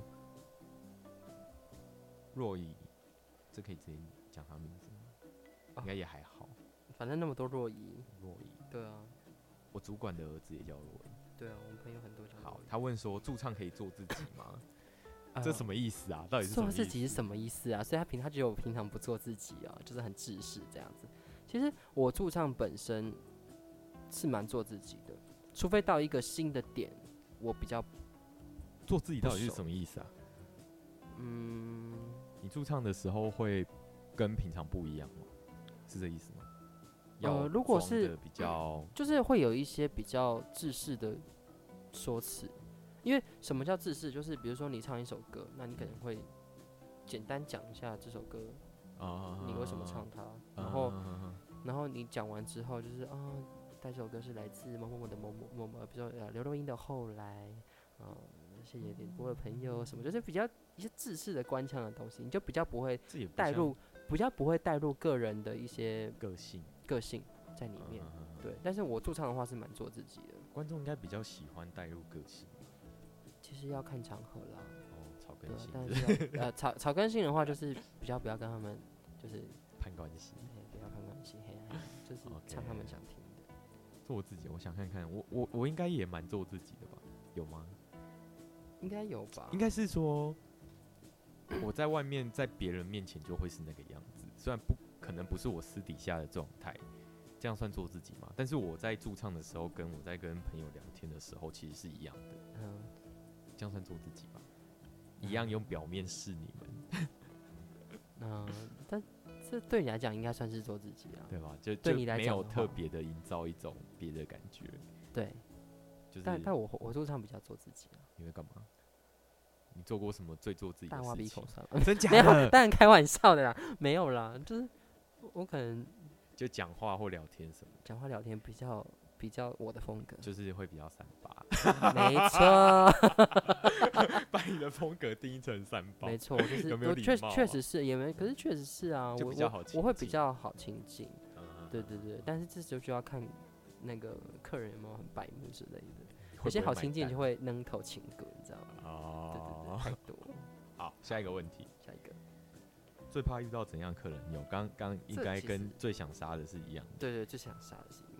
B: 若仪，这可以直接讲他名字吗？哦、应该也还好，
A: 反正那么多若仪，
B: 若仪，
A: 对啊，
B: 我主管的儿子也叫若仪，
A: 对啊，我们朋友很多叫若仪。
B: 好，他问说驻唱可以做自己吗？呃、这什么意思啊？到底是什么意思？
A: 做自己是什么意思啊？所以他平他觉得我平常不做自己啊，就是很自私这样子。其实我驻唱本身是蛮做自己的，除非到一个新的点。我比较
B: 做自己到底是什么意思啊？
A: 嗯，
B: 你驻唱的时候会跟平常不一样吗？是这意思吗？
A: 呃，如果是
B: 比较，
A: 就是会有一些比较制式的说辞，因为什么叫制式？就是比如说你唱一首歌，那你可能会简单讲一下这首歌，啊、你为什么唱它，然后、啊、然后你讲完之后就是啊。但这首歌是来自某某某的某某某某，比如说呃刘若英的后来，啊、呃，谢谢点播的朋友什么，就是比较一些制式的官腔的东西，你就比较不会带入，比较不会带入个人的一些
B: 个性
A: 个性在里面。嗯、对，但是我驻唱的话是蛮做自己的。
B: 观众应该比较喜欢带入个性。
A: 其实要看场合啦。
B: 哦，草根性。
A: 但是呃草草根性的话，就是比较不要跟他们就是
B: 攀关系，
A: 不要攀关系，嘿，就是唱他们想听。
B: 做自己，我想看看，我我我应该也蛮做自己的吧？有吗？
A: 应该有吧？
B: 应该是说，我在外面，在别人面前就会是那个样子，虽然不可能不是我私底下的状态，这样算做自己吗？但是我在驻唱的时候，跟我在跟朋友聊天的时候，其实是一样的。嗯，这样算做自己吧？一样用表面试你们。
A: 嗯，但这对你来讲应该算是做自己啊，
B: 对吧？就
A: 对你来讲
B: 没有特别的营造一种别的感觉。
A: 对，就是，但但我我驻唱比较做自己啊。
B: 你会干嘛？你做过什么最做自己的事情？
A: 大挖鼻孔算
B: 了，真假的？
A: 没有，当然开玩笑的啦，没有啦，就是我可能
B: 就讲话或聊天什么，
A: 讲话聊天比较。比较我的风格，
B: 就是会比较三八，
A: 没错，
B: 把你的风格定义成三八，
A: 没错，就是
B: 有没有礼貌、啊？
A: 确实是，也没，可是确实是啊，
B: 就比较好，
A: 我我会比较好亲近，嗯、对对对，但是这时候就要看那个客人有没有很白目之类的，有些好亲近就会扔头情歌，你知道吗？哦，对对对，太多。
B: 好，下一个问题，
A: 下一个，
B: 最怕遇到怎样客人？有刚刚应该跟最想杀的是一样的，
A: 对对，最想杀的是。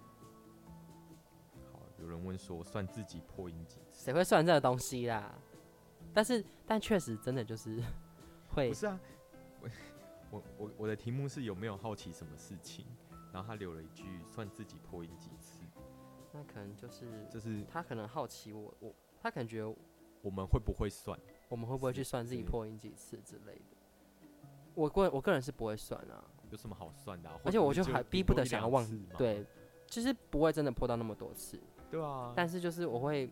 B: 有人问说，算自己破音几次？
A: 谁会算这个东西啦？但是，但确实真的就是会。
B: 不是啊，我我我我的题目是有没有好奇什么事情？然后他留了一句，算自己破音几次？
A: 那可能就是，
B: 就是
A: 他可能好奇我，我他可能觉得
B: 我们会不会算？
A: 我们会不会去算自己破音几次之类的？我个我个人是不会算啊。
B: 有什么好算的、啊？
A: 而且我就还逼不得想要忘，对，就是不会真的破到那么多次。
B: 对啊，
A: 但是就是我会，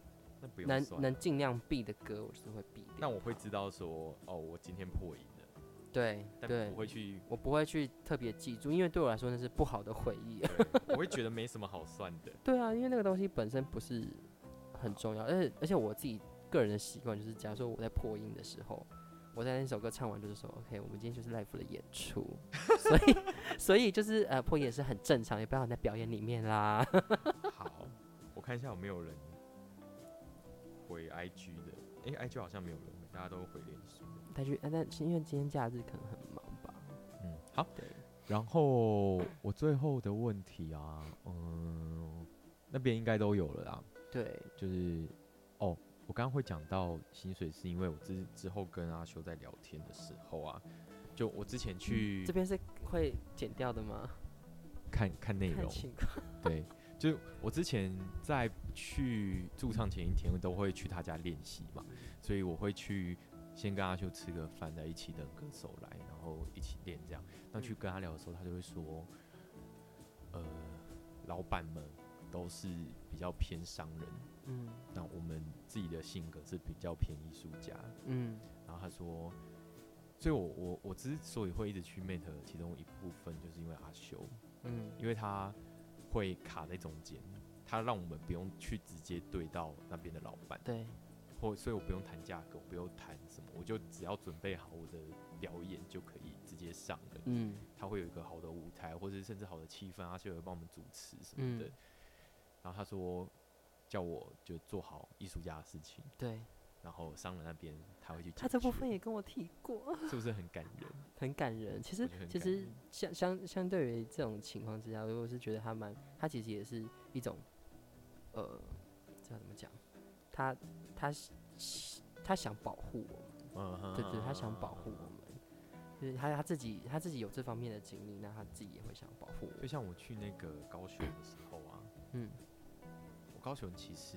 A: 能能尽量避的歌，我就是会避掉。
B: 那我会知道说，哦，我今天破音了。
A: 对，
B: 但不会去，
A: 我不会去特别记住，因为对我来说那是不好的回忆。
B: 我会觉得没什么好算的。
A: 对啊，因为那个东西本身不是很重要，而且而且我自己个人的习惯就是，假如说我在破音的时候，我在那首歌唱完就是说 ，OK， 我们今天就是 live 的演出，所以所以就是呃破音也是很正常，也不要在表演里面啦。
B: 好，我看一下有没有人回 I G 的，哎、欸、，I G 好像没有人回，大家都回脸书。
A: 但是，但因为今天假日可能很忙吧。
B: 嗯，好。
A: 对。
B: 然后我最后的问题啊，嗯，那边应该都有了啦。
A: 对。
B: 就是哦，我刚刚会讲到薪水，是因为我之之后跟阿修在聊天的时候啊，就我之前去、
A: 嗯、这边是会剪掉的吗？
B: 看看内容。对。就我之前在去驻唱前一天，我都会去他家练习嘛，所以我会去先跟阿修吃个饭，再一起等歌手来，然后一起练这样。那去跟他聊的时候，他就会说，呃，老板们都是比较偏商人，嗯，那我们自己的性格是比较偏艺术家，嗯，然后他说，所以我我我之所以会一直去 meet 其中一部分，就是因为阿修，嗯，因为他会卡在中间，他让我们不用去直接对到那边的老板，
A: 对，
B: 或所以我不用谈价格，我不用谈什么，我就只要准备好我的表演就可以直接上了。嗯，他会有一个好的舞台，或者甚至好的气氛，他就会帮我们主持什么的。嗯、然后他说叫我就做好艺术家的事情，
A: 对。
B: 然后商人那边他会去解决，
A: 他这部分也跟我提过，
B: 是不是很感人？
A: 很感人。其实其实相相相对于这种情况之下，我是觉得他蛮，他其实也是一种，呃，这要怎么讲？他他他想保护我们，嗯、对对，他想保护我们，就是他他自己他自己有这方面的经历，那他自己也会想保护我。
B: 就像我去那个高雄的时候啊，嗯，我高雄其实。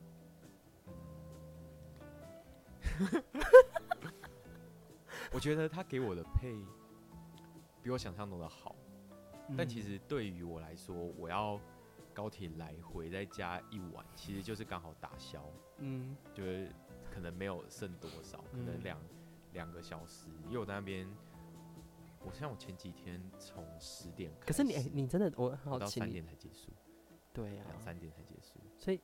B: 我觉得他给我的配比我想象中的好，嗯、但其实对于我来说，我要高铁来回再加一晚，其实就是刚好打消，嗯，就是可能没有剩多少，可能两两、嗯、个小时，因为我在那边，我像我前几天从十点开始，
A: 可是你、欸、你真的我很好奇，
B: 到三点才结束，
A: 对呀、啊，
B: 两三点才结束，
A: 所以。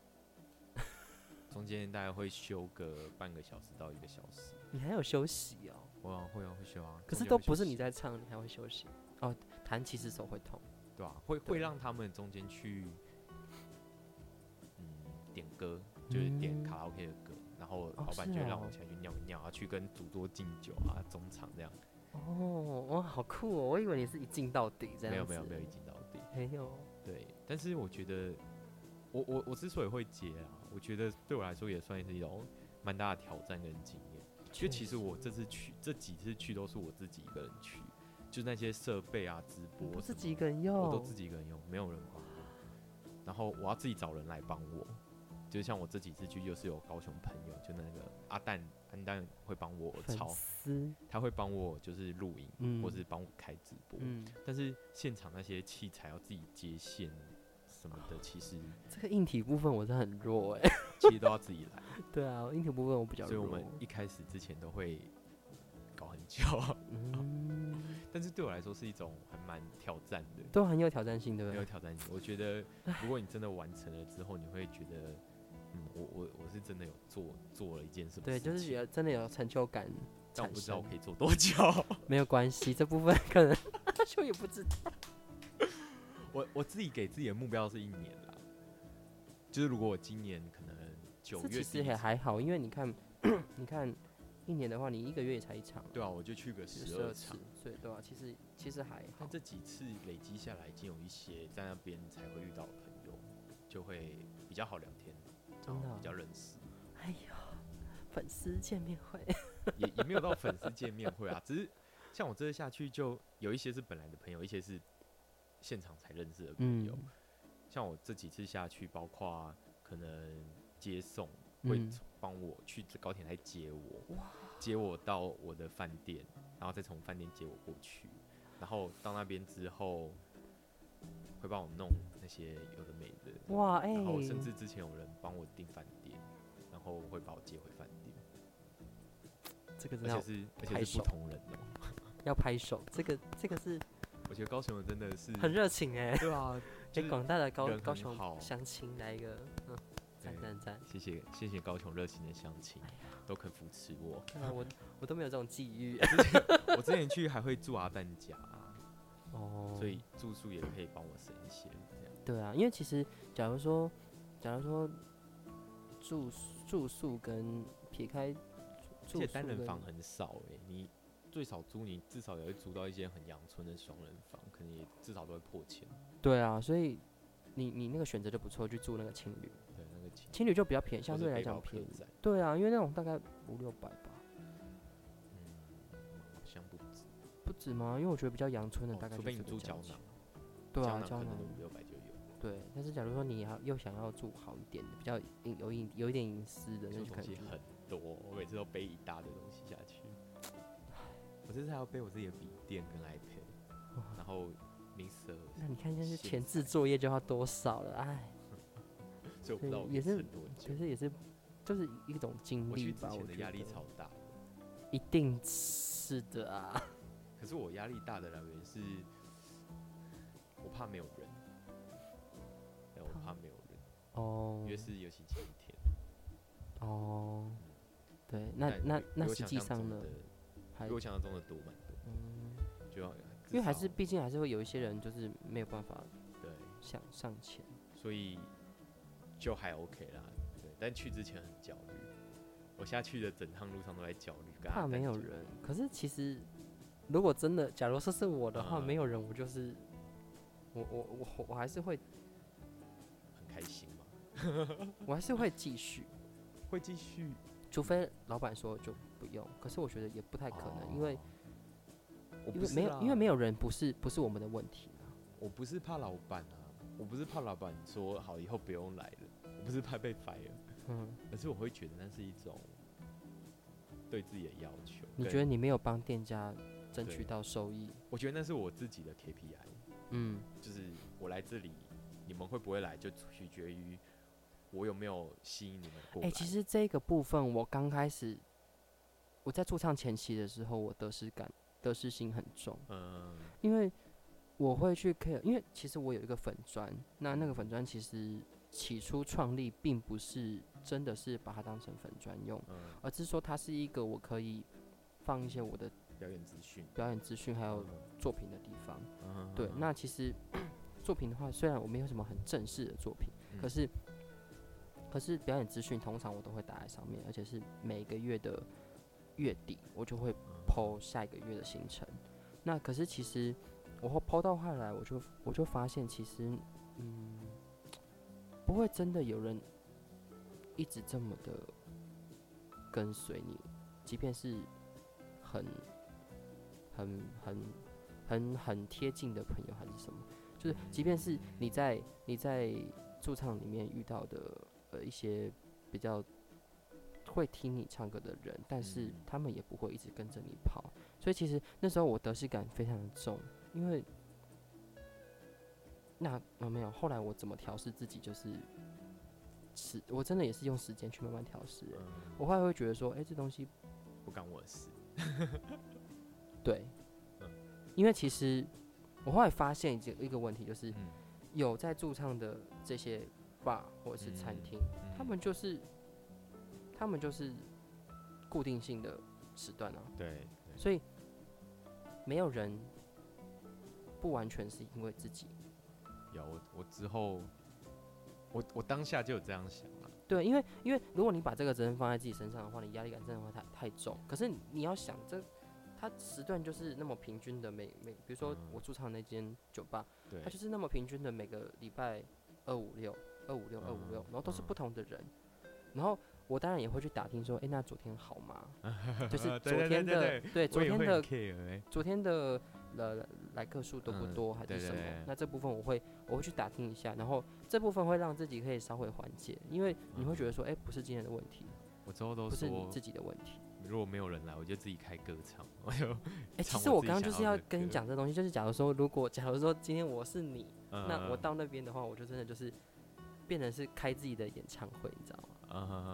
B: 中间大概会休个半个小时到一个小时。
A: 你还有休息哦？
B: 我、啊、会啊，会休啊。
A: 可是都不是你在唱，你还会休息哦？弹其实手会痛，
B: 对啊，会会让他们中间去，嗯，点歌，就是点卡拉 OK 的歌，嗯、然后老板就会让我下去尿一尿，啊，去跟主桌敬酒啊，中场这样。
A: 哦，哇，好酷哦！我以为你是一进到底这样子。
B: 没有没有没有一进到底，
A: 没有。
B: 对，但是我觉得。我我我之所以会接啊，我觉得对我来说也算是一种蛮大的挑战跟经验。因为其实我这次去这几次去都是我自己一个人去，就是那些设备啊、直播，
A: 我自己一个人用，
B: 我都自己一个人用，没有人帮我。然后我要自己找人来帮我，就是像我这几次去，就是有高雄朋友，就那个阿蛋安蛋会帮我抄，他会帮我就是录影，嗯、或是帮我开直播。嗯、但是现场那些器材要自己接线。什么的，其实
A: 这个硬体部分我是很弱哎、欸，
B: 其实都要自己来。
A: 对啊，硬体部分我比较弱，
B: 所以我们一开始之前都会搞很久。嗯，但是对我来说是一种还蛮挑战的，
A: 都很有挑战性，对不对？
B: 很有挑战性。我觉得如果你真的完成了之后，你会觉得，嗯，我我我是真的有做做了一件什么事情，
A: 对，就是觉得真的有成就感。
B: 但我不知道我可以做多久。
A: 没有关系，这部分可能就也不知道。
B: 我我自己给自己的目标是一年啦，就是如果我今年可能九月底，
A: 其实也还好，因为你看，你看一年的话，你一个月也才一场、啊，
B: 对啊，我就去个十二场，
A: 所以对啊，其实其实还好。
B: 但这几次累积下来，已经有一些在那边才会遇到的朋友，就会比较好聊天，
A: 真的、哦、
B: 比较认识。
A: 哎呀，粉丝见面会
B: 也也没有到粉丝见面会啊，只是像我这次下去，就有一些是本来的朋友，一些是。现场才认识的朋友，嗯、像我这几次下去，包括可能接送，嗯、会帮我去高铁来接我，接我到我的饭店，然后再从饭店接我过去，然后到那边之后会帮我弄那些有的没的，
A: 哇，哎、欸，
B: 然后甚至之前有人帮我订饭店， 后会把我接回饭店。
A: 这个真的
B: 而且是而且是不同人哦、喔，
A: 要拍手。这个这个是，
B: 我觉得高雄人真的是
A: 很热情哎、欸。
B: 对啊，
A: 给广、就是、大的高高雄
B: 好
A: 乡亲来一个嗯，赞赞赞！
B: 谢谢谢谢高雄热情的乡亲，哎、都肯扶持我。
A: 啊、我我都没有这种际遇。
B: 我之前我之前去还会住阿蛋家、啊，哦，所以住宿也可以帮我省一些这样。
A: 对啊，因为其实假如说假如说住住宿跟撇开。
B: 而且单人房很少哎、欸，你最少租你至少也会租到一间很阳春的双人房，可能也至少都会破千。
A: 对啊，所以你你那个选择就不错，去住那个青旅。
B: 对，那个青旅
A: 青旅就比较便宜，相对来讲便宜。对啊，因为那种大概五六百吧。
B: 嗯，好像不止。
A: 不止吗？因为我觉得比较阳春的大概、哦。
B: 除非你住胶囊。
A: 对啊，胶囊
B: 五六百就有。
A: 对，但是假如说你又想要住好一点的，比较有一有一点隐私的，那就可以
B: 很多。我每次都背一大堆东西下去。我这次还要背我自己的笔电跟 iPad， 然后 mixer。
A: 那你看，现在前置作业就要多少了？哎，
B: 所以我不知道我
A: 也是，
B: 多久。
A: 其实也是，就是一种经历吧。
B: 我的压力超大。
A: 一定是的啊。
B: 可是我压力大的来源是，我怕没有人。我怕没有人哦，因为是游戏前一天
A: 哦，对，那那那实际上呢，
B: 比我想象中的多蛮多，嗯，就要
A: 因为还是毕竟还是会有一些人就是没有办法
B: 对
A: 想上前，
B: 所以就还 OK 啦，对，但去之前很焦虑，我下去的整趟路上都在焦虑，
A: 怕没有人。可是其实如果真的，假如说是我的话，嗯、没有人，我就是我我我我还是会。
B: 开心吗？
A: 我还是会继续，
B: 会继续，
A: 除非老板说就不用。可是我觉得也不太可能，哦、因为因为没有因为没有人不是不是我们的问题啊。
B: 我不是怕老板啊，我不是怕老板说好以后不用来了，我不是怕被 fire， 嗯，而是我会觉得那是一种对自己的要求。
A: 你觉得你没有帮店家争取到收益？
B: 我觉得那是我自己的 K P I， 嗯，就是我来这里。你们会不会来，就取决于我有没有吸引你们过来。
A: 哎、欸，其实这个部分，我刚开始我在驻唱前期的时候，我得失感、得失心很重。嗯，因为我会去 care， 因为其实我有一个粉专，那那个粉专其实起初创立并不是真的是把它当成粉专用，嗯、而是说它是一个我可以放一些我的
B: 表演资讯、
A: 表演资讯还有作品的地方。嗯、对，那其实。作品的话，虽然我没有什么很正式的作品，嗯、可是可是表演资讯通常我都会打在上面，而且是每个月的月底我就会 po 下一个月的行程。那可是其实我 po 到后来，我就我就发现其实嗯不会真的有人一直这么的跟随你，即便是很很很很很贴近的朋友还是什么。就是，即便是你在你在驻唱里面遇到的呃一些比较会听你唱歌的人，但是他们也不会一直跟着你跑。所以其实那时候我得失感非常的重，因为那有没有后来我怎么调试自己，就是时我真的也是用时间去慢慢调试、欸。嗯、我后来会觉得说，哎、欸，这东西
B: 不干我的事。
A: 对，嗯、因为其实。我后来发现一个问题，就是有在驻唱的这些 bar 或者是餐厅，嗯嗯、他们就是他们就是固定性的时段啊。
B: 对。对
A: 所以没有人不完全是因为自己。
B: 有我，我之后我我当下就有这样想了。
A: 对，因为因为如果你把这个责任放在自己身上的话，你压力感真的会太太重。可是你要想这。它时段就是那么平均的每每，比如说我驻唱那间酒吧，嗯、它就是那么平均的每个礼拜二五六二五六二五六，然后都是不同的人，嗯、然后我当然也会去打听说，哎、欸，那昨天好吗？就是昨天的
B: 对, 对, 对,
A: 对昨天的
B: care,
A: 昨天的呃来客数多不多、嗯、还是什么？
B: 对对对，
A: 那这部分我会我会去打听一下，然后这部分会让自己可以稍微缓解，因为你会觉得说，哎、欸，不是今天的问题，
B: 我之后都
A: 不是你自己的问题。
B: 如果没有人来，我就自己开歌唱。我就哎、
A: 欸，其实我刚刚就是要跟你讲这东西，就是假如说，如果假如说今天我是你，嗯、那我到那边的话，我就真的就是变成是开自己的演唱会，你知道吗？嗯、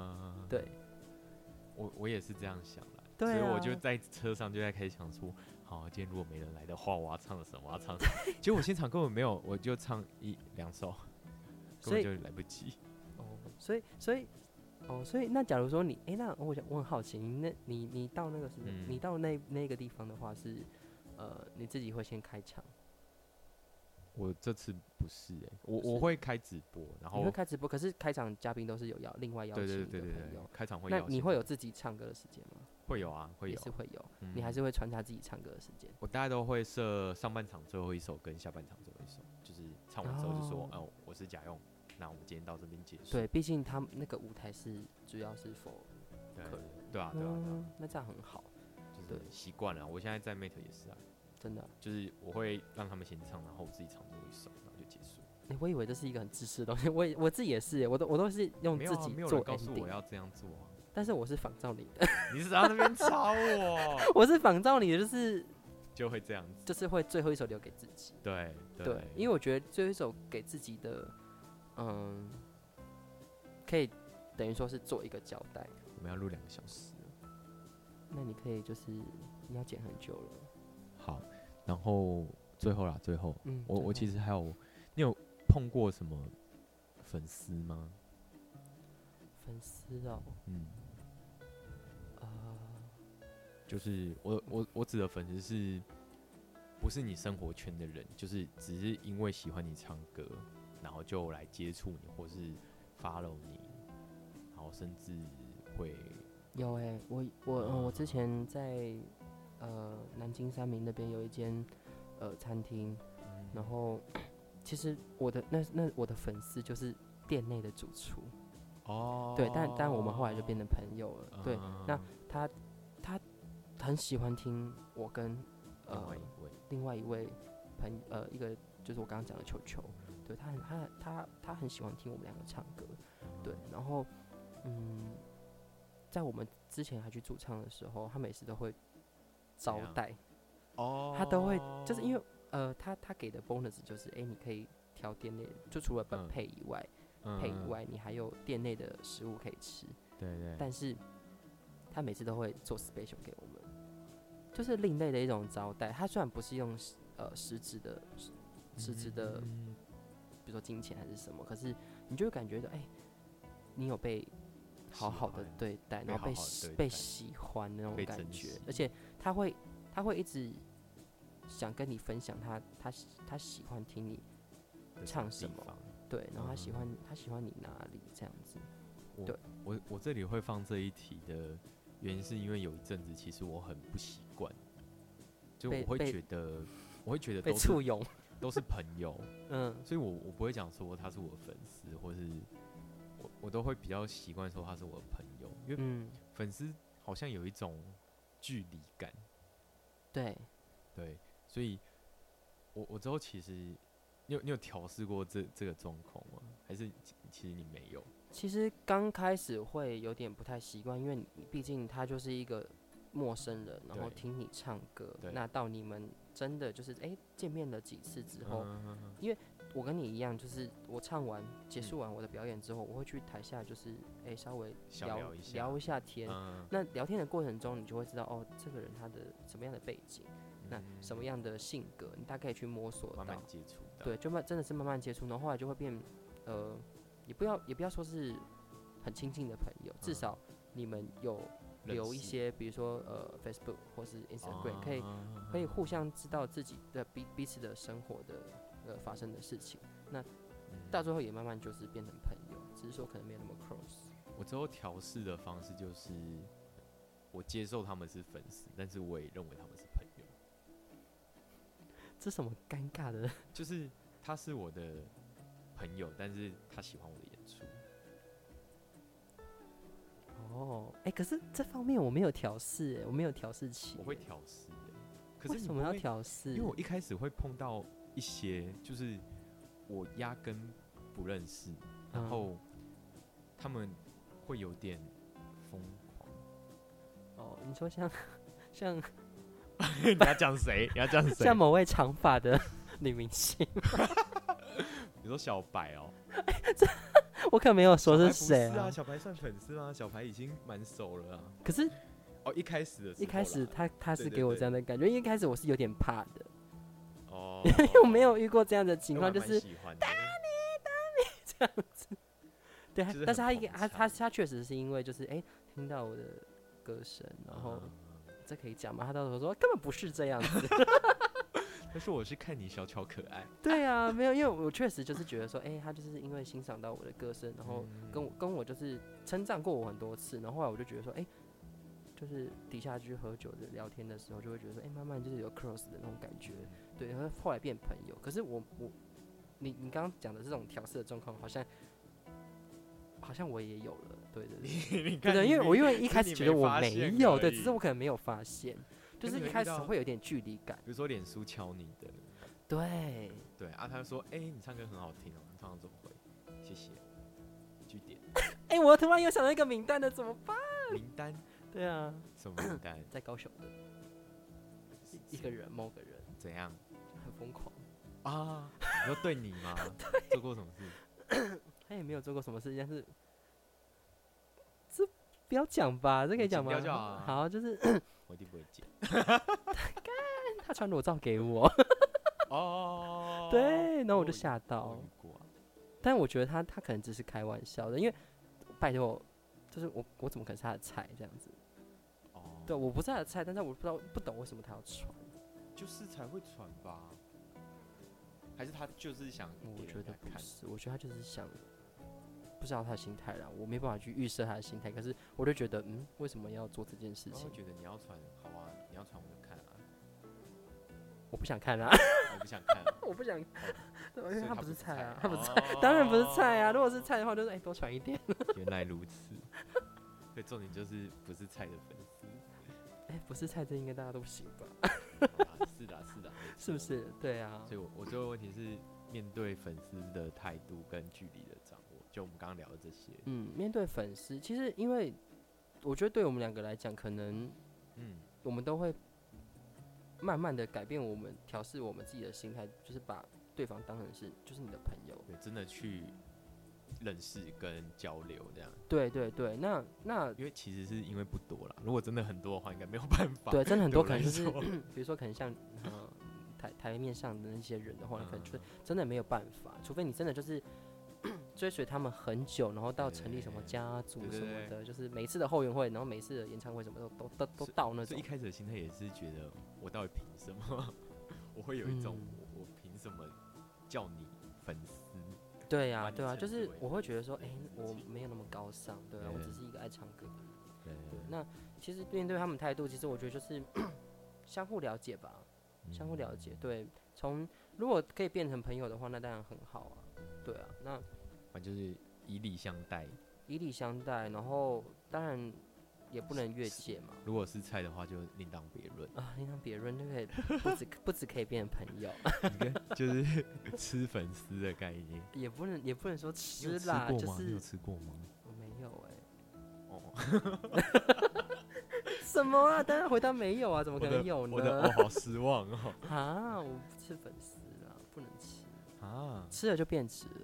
A: 对，
B: 我我也是这样想的，
A: 对啊，
B: 所以我就在车上就在开始想说，好，今天如果没人来的话，我要唱什么？我要唱什么？结果我现场根本没有，我就唱一两首，根本就来不及。
A: 哦，所以所以哦，所以那假如说你，哎、欸，那我想我很好奇，你那你你到那个是、嗯，你到那那个地方的话是，呃，你自己会先开场？
B: 我这次不是哎、欸，我我会开直播，然后
A: 你会开直播，可是开场嘉宾都是有邀另外邀请的朋友，
B: 对对对对对，开场会邀请。
A: 那你会有自己唱歌的时间吗？
B: 会有啊，会有，
A: 也是会有，
B: 嗯、
A: 你还是会穿插自己唱歌的时间。
B: 我大概都会设上半场最后一首跟下半场最后一首，就是唱完之后就说，哦、呃，我是贾用，那我们今天到这边结束。
A: 对，毕竟他们那个舞台是主要是 for 客人，
B: 对啊，对啊，对啊，
A: 嗯、那这样很好，
B: 就是习惯了。我现在在 Mate 也是啊。
A: 真的、啊，
B: 就是我会让他们先唱，然后我自己唱最后一首，然后就结束。
A: 欸、我以为这是一个很自私的东西，我我自己也是，我都我都是用自己做 ending。
B: 没有人告诉我要这样做啊。
A: 但是我是仿照你的。
B: 你是在那边抄我？
A: 我是仿照你的，就是
B: 就会这样子，
A: 就是会最后一首留给自己。
B: 对 对,
A: 对，因为我觉得最后一首给自己的，嗯，可以等于说是做一个交代。
B: 我们要录两个小时了，
A: 那你可以就是你要剪很久了。
B: 好。然后最后啦，最后，
A: 嗯，
B: 我我其实还有，你有碰过什么粉丝吗？
A: 粉丝哦，
B: 嗯，
A: 呃，
B: 就是我我我指的粉丝是，不是你生活圈的人，就是只是因为喜欢你唱歌，然后就来接触你，或是 follow 你，然后甚至会
A: 有哎、欸，我我、呃、我之前在。呃，南京三民那边有一间呃餐厅，嗯、然后其实我的那那我的粉丝就是店内的主厨哦，对，但但我们后来就变成朋友了，嗯、对，那他他很喜欢听我跟呃另外一位另外一位朋呃一个就是我刚刚讲的球球，对他很他他他很喜欢听我们两个唱歌，对，然后嗯，在我们之前还去驻唱的时候，他每次都会。招待哦，他都会就是因为呃，他他给的 bonus 就是，哎、欸，你可以挑店内，就除了本配以外，嗯、配以外，你还有店内的食物可以吃。
B: 对对。
A: 但是他每次都会做 special 给我们，就是另类的一种招待。他虽然不是用呃实质的实质的，嗯、比如说金钱还是什么，可是你就会感觉到，哎、欸，你有被。好好的对待，然后被被喜欢的那种感觉，而且他会他会一直想跟你分享他他他喜欢听你唱什么，对，然后他喜欢、嗯、他喜欢你哪里这样子。对，
B: 我我这里会放这一题的原因是因为有一阵子其实我很不习惯，就我会觉得我会觉得
A: 被簇拥
B: 都是朋友，
A: 嗯，
B: 所以我我不会讲说他是我的粉丝或是。我, 我都会比较习惯说他是我的朋友，因为粉丝好像有一种距离感。
A: 对，
B: 对，所以我我之后其实你有你有调试过这这个状况吗？还是其实你没有？
A: 其实刚开始会有点不太习惯，因为你毕竟他就是一个陌生人，然后听你唱歌，那到你们真的就是哎、欸、见面了几次之后，嗯、哼哼因为。我跟你一样，就是我唱完结束完我的表演之后，嗯、我会去台下，就是哎、欸、稍微聊
B: 聊一下
A: 聊一下天。嗯、那聊天的过程中，你就会知道哦，这个人他的什么样的背景，嗯、那什么样的性格，你大概可以去摸索到，
B: 慢慢接触到。
A: 对，就慢真的是慢慢接触，然后后来就会变，呃，也不要也不要说是很亲近的朋友，嗯、至少你们有留一些，比如说呃 Facebook 或是 Instagram，、啊、可以可以互相知道自己的彼彼此的生活的。呃，发生的事情，那到最后也慢慢就是变成朋友，只是说可能没有那么 close。
B: 我之后调试的方式就是，我接受他们是粉丝，但是我也认为他们是朋友。
A: 这什么尴尬的？
B: 就是他是我的朋友，但是他喜欢我的演出。
A: 哦，哎、欸，可是这方面我没有调试，哎，我没有调试起。
B: 我会调试的，可
A: 是为什么要调试？
B: 因为我一开始会碰到。一些就是我压根不认识，然后他们会有点疯狂。
A: 哦，你说像像
B: 你要讲谁？你要讲谁？
A: 像某位长发的女明星。
B: 你说小白哦？
A: 这我可没有说是谁
B: 啊。小白算粉丝吗？小白已经蛮熟了啊。
A: 可是
B: 哦，一开始的时候，
A: 一开始他他是给我这样的感觉，因为一开始我是有点怕的。
B: 哦，
A: 因为我没有遇过这样的情况，就是
B: 打
A: 你打你这样子。对，就是、但是他一他他他确实是因为就是哎、欸、听到我的歌声，然后、嗯、这可以讲吗？他到时候说根本不是这样子。
B: 他说我是看你小巧可爱。
A: 对啊，没有，因为我确实就是觉得说，哎、欸，他就是因为欣赏到我的歌声，然后跟我跟我就是称赞过我很多次，然后后来我就觉得说，哎、欸，就是底下去喝酒的聊天的时候，就会觉得说，哎、欸，慢慢就是有 close 的那种感觉，对，然后后来变朋友。可是我我你你刚刚讲的这种调试的状况，好像好像我也有了，对对对，
B: 你
A: 对对，因为我因为一开始觉得我没有，对，只是我可能没有发现。就是一开始会有点距离感，
B: 比如说脸书敲你的，
A: 对
B: 对啊，他就说，哎、欸，你唱歌很好听哦，你通常怎么回？谢谢，句点。
A: 哎、欸，我突然又想到一个名单的，怎么办？
B: 名单？
A: 对啊，
B: 什么名单？在
A: 高雄的一个人，某个人，
B: 怎样？
A: 很疯狂
B: 啊！你说对你吗？做过什么事？
A: 他也没有做过什么事，但是这不要讲吧，这可以讲吗？
B: 啊、
A: 好，就是
B: 我一定不会剪。
A: 他传裸照给我，
B: 哦，
A: 对，然后我就吓到。
B: 我啊、
A: 但我觉得他他可能只是开玩笑的，因为拜托，就是我我怎么可能是他的菜这样子？哦，对，我不是他的菜，但是我不知道不懂为什么他要传，
B: 就是才会传吧？还是他就是想？
A: 我觉得不是，我觉得他就是想。不知道他的心态啦，我没办法去预设他的心态。可是我就觉得，嗯，为什么要做这件事情？
B: 我觉得你要传，好啊，你要传我就看啊。
A: 我不想看啊，
B: 我不想看，
A: 我不想，因为他不是菜啊，他不是菜，
B: 哦、
A: 当然不是菜啊。如果是菜的话，就是哎、欸、多传一点。
B: 原来如此，所以重点就是不是菜的粉丝。
A: 哎、欸，不是菜，这应该大家都不行吧？
B: 啊、是的，是的，
A: 是不是？对啊。
B: 所以我，我最后问题是面对粉丝的态度跟距离的掌握。就我们刚刚聊的这些，
A: 嗯，面对粉丝，其实因为我觉得对我们两个来讲，可能，嗯，我们都会慢慢的改变我们调试我们自己的心态，就是把对方当成是就是你的朋友，
B: 对，真的去认识跟交流这样。
A: 对对对，那那
B: 因为其实是因为不多啦，如果真的很多的话，应该没有办法。
A: 对，真的很多可能就是比如说可能像呃台台面上的那些人的话，嗯、可能就真的没有办法，除非你真的就是。追随他们很久，然后到成立什么家族什么的，对对对，就是每次的后援会，然后每次的演唱会什么都都都都到那种。
B: 所以一开始的心态也是觉得，我到底凭什么？我会有一种、嗯、我我凭什么叫你粉丝？
A: 对呀、啊，对啊，就是我会觉得说，哎、欸，我没有那么高尚，对啊，我只是一个爱唱歌的人。对，对，那其实面对他们态度，其实我觉得就是相互了解吧，相互了解。对，从如果可以变成朋友的话，那当然很好啊。对啊，那
B: 反正就是以礼相待，
A: 以礼相待，然后当然也不能越界嘛。
B: 如果是菜的话，就另当别论
A: 啊，另当别论，就可以不止不止可以变成朋友，
B: 就是吃粉丝的概念，
A: 也不能也不能说吃啦，
B: 你有吃过吗？
A: 就是
B: 你有吃过吗？
A: 我没有哎、欸。哦，什么啊？当然回答没有啊，怎么可能有呢？
B: 我的我好失望哦。
A: 啊，我不吃粉丝啊，不能吃。
B: 啊，
A: 吃了就变质了，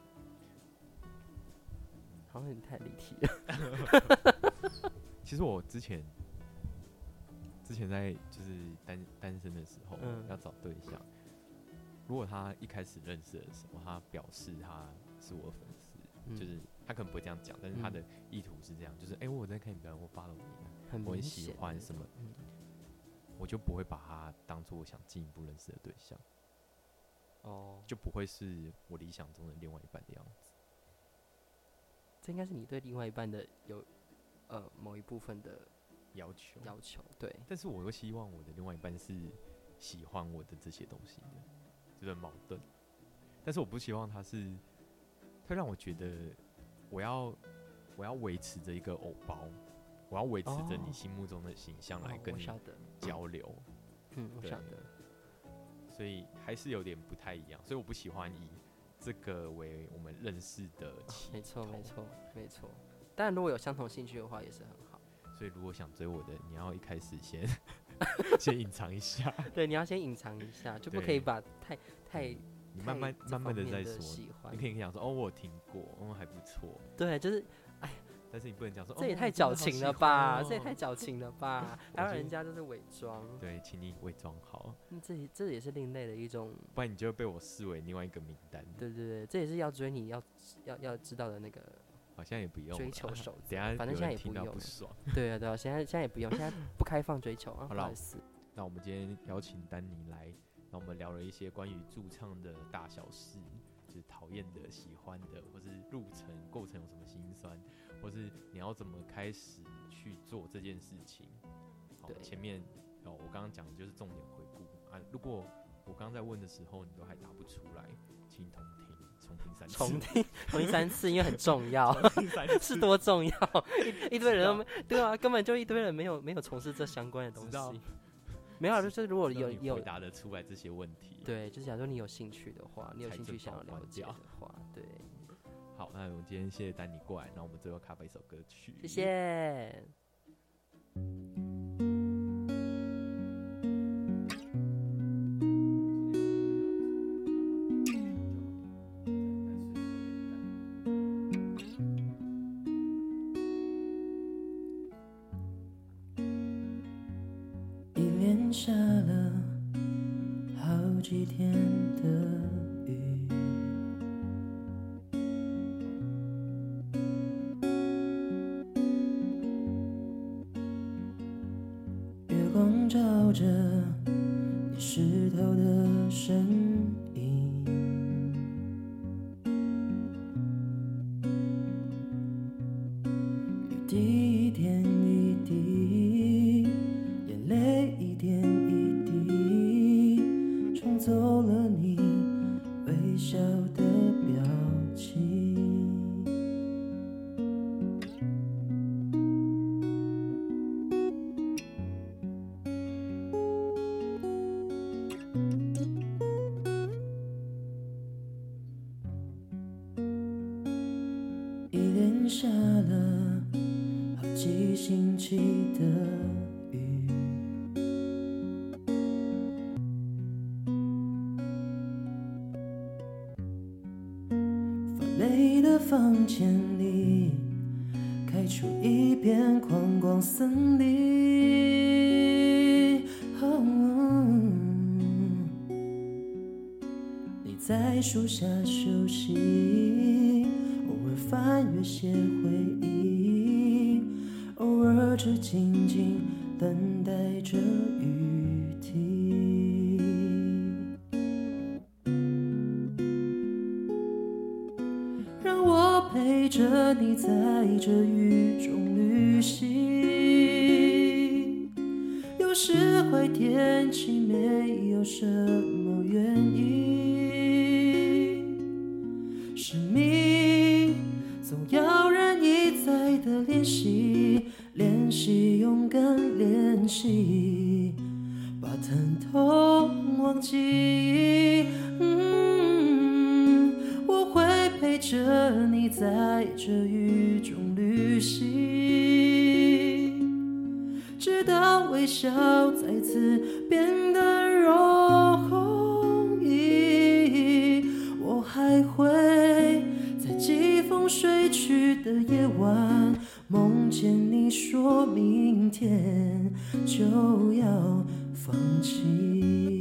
A: 好像有点太离题了。
B: 其实我之前之前在就是单单身的时候，嗯、要找对象，如果他一开始认识的时候，他表示他是我的粉丝，嗯、就是他可能不会这样讲，但是他的意图是这样，就是哎、欸，我在看你表演，我 follow 你，我很喜欢什么，嗯、我就不会把他当作我想进一步认识的对象。哦，就不会是我理想中的另外一半的样子。
A: 这应该是你对另外一半的有呃某一部分的
B: 要求。
A: 要求对，
B: 但是我又希望我的另外一半是喜欢我的这些东西的，就是很矛盾。但是我不希望他是，他让我觉得我要我要维持着一个偶包，我要维持着你心目中的形象来跟你交流。
A: 嗯，我晓得。
B: 所以还是有点不太一样，所以我不喜欢以这个为我们认识的起头。
A: 没错，没错，没错。当然，如果有相同兴趣的话，也是很好。
B: 所以，如果想追我的，你要一开始先先隐藏一下。
A: 对，你要先隐藏一下，就不可以把太太
B: 你慢慢慢慢的再说，你可以讲说哦，我有听过，哦还不错。
A: 对，就是哎。
B: 但是你不能讲说，
A: 这也太矫情了吧！哦、这也太矫情了吧！还有人家就是伪装。
B: 对，请你伪装好。
A: 嗯，这也这也是另类的一种，
B: 不然你就会被我视为另外一个名单。
A: 对对对，这也是要追你要要要知道的那个。
B: 好像也不用
A: 追求守则。
B: 等下
A: 反正现在也不用。
B: 不爽。
A: 对啊对啊，现在现在也不用，现在不开放追求啊。
B: 好了，那我们今天邀请丹尼来，那我们聊了一些关于驻唱的大小事。就是讨厌的、喜欢的，或是路程、过程有什么辛酸，或是你要怎么开始去做这件事情。好，前面哦，我刚刚讲的就是重点回顾啊。如果我刚刚在问的时候你都还答不出来，请重听，重听三次，
A: 重听，重听三次，因为很重要，是多重要？一, 一堆人都没对啊，根本就一堆人没有没有从事这相关的东西。没有，就是如果有有
B: 回答得出来这些问题，
A: 对，就是假如说你有兴趣的话，你有兴趣想要了解的话，对。
B: 好，那我们今天谢谢丹尼过来，那我们最后卡播一首歌曲，
A: 谢谢。
D: 下了好几天的雨，月光照着你湿透的身影，雨滴一点一滴，眼泪一点一滴，冲走了你微笑的表情。一连下了好几星期的雨，美的房间里开出一片宽广森林、哦、你在树下休息，偶尔翻阅些回忆，偶尔只静静等待着雨停。让我陪着你在这雨中旅行，有时坏天气没有什么原因，生命总要人一再的练习，练习勇敢，练习把疼痛忘记、嗯、我会陪着你在这雨中旅行，直到微笑再次变得容易。我还会在季风吹去的夜晚，梦见你说明天就要放弃。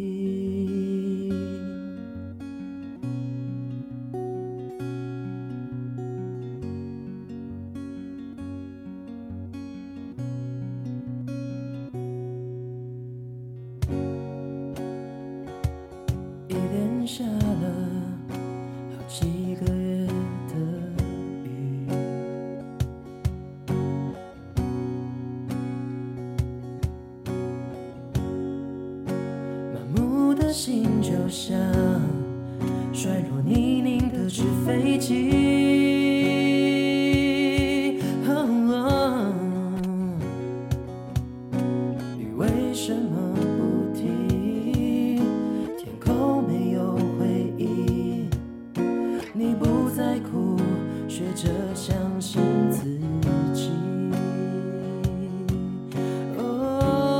D: 一连下了好几个月的雨，麻木的心就像衰弱泥泞的纸飞机、哦哦、雨为什么不停，天空没有回应，你不再哭，学着相信自己。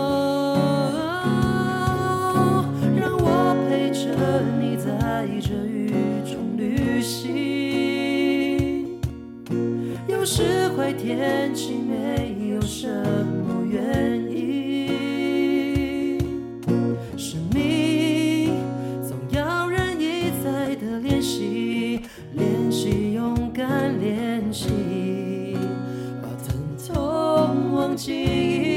D: 哦，让我陪着你在这雨起没有什么原因。生命总要人一再的练习，练习勇敢，练习把疼痛忘记。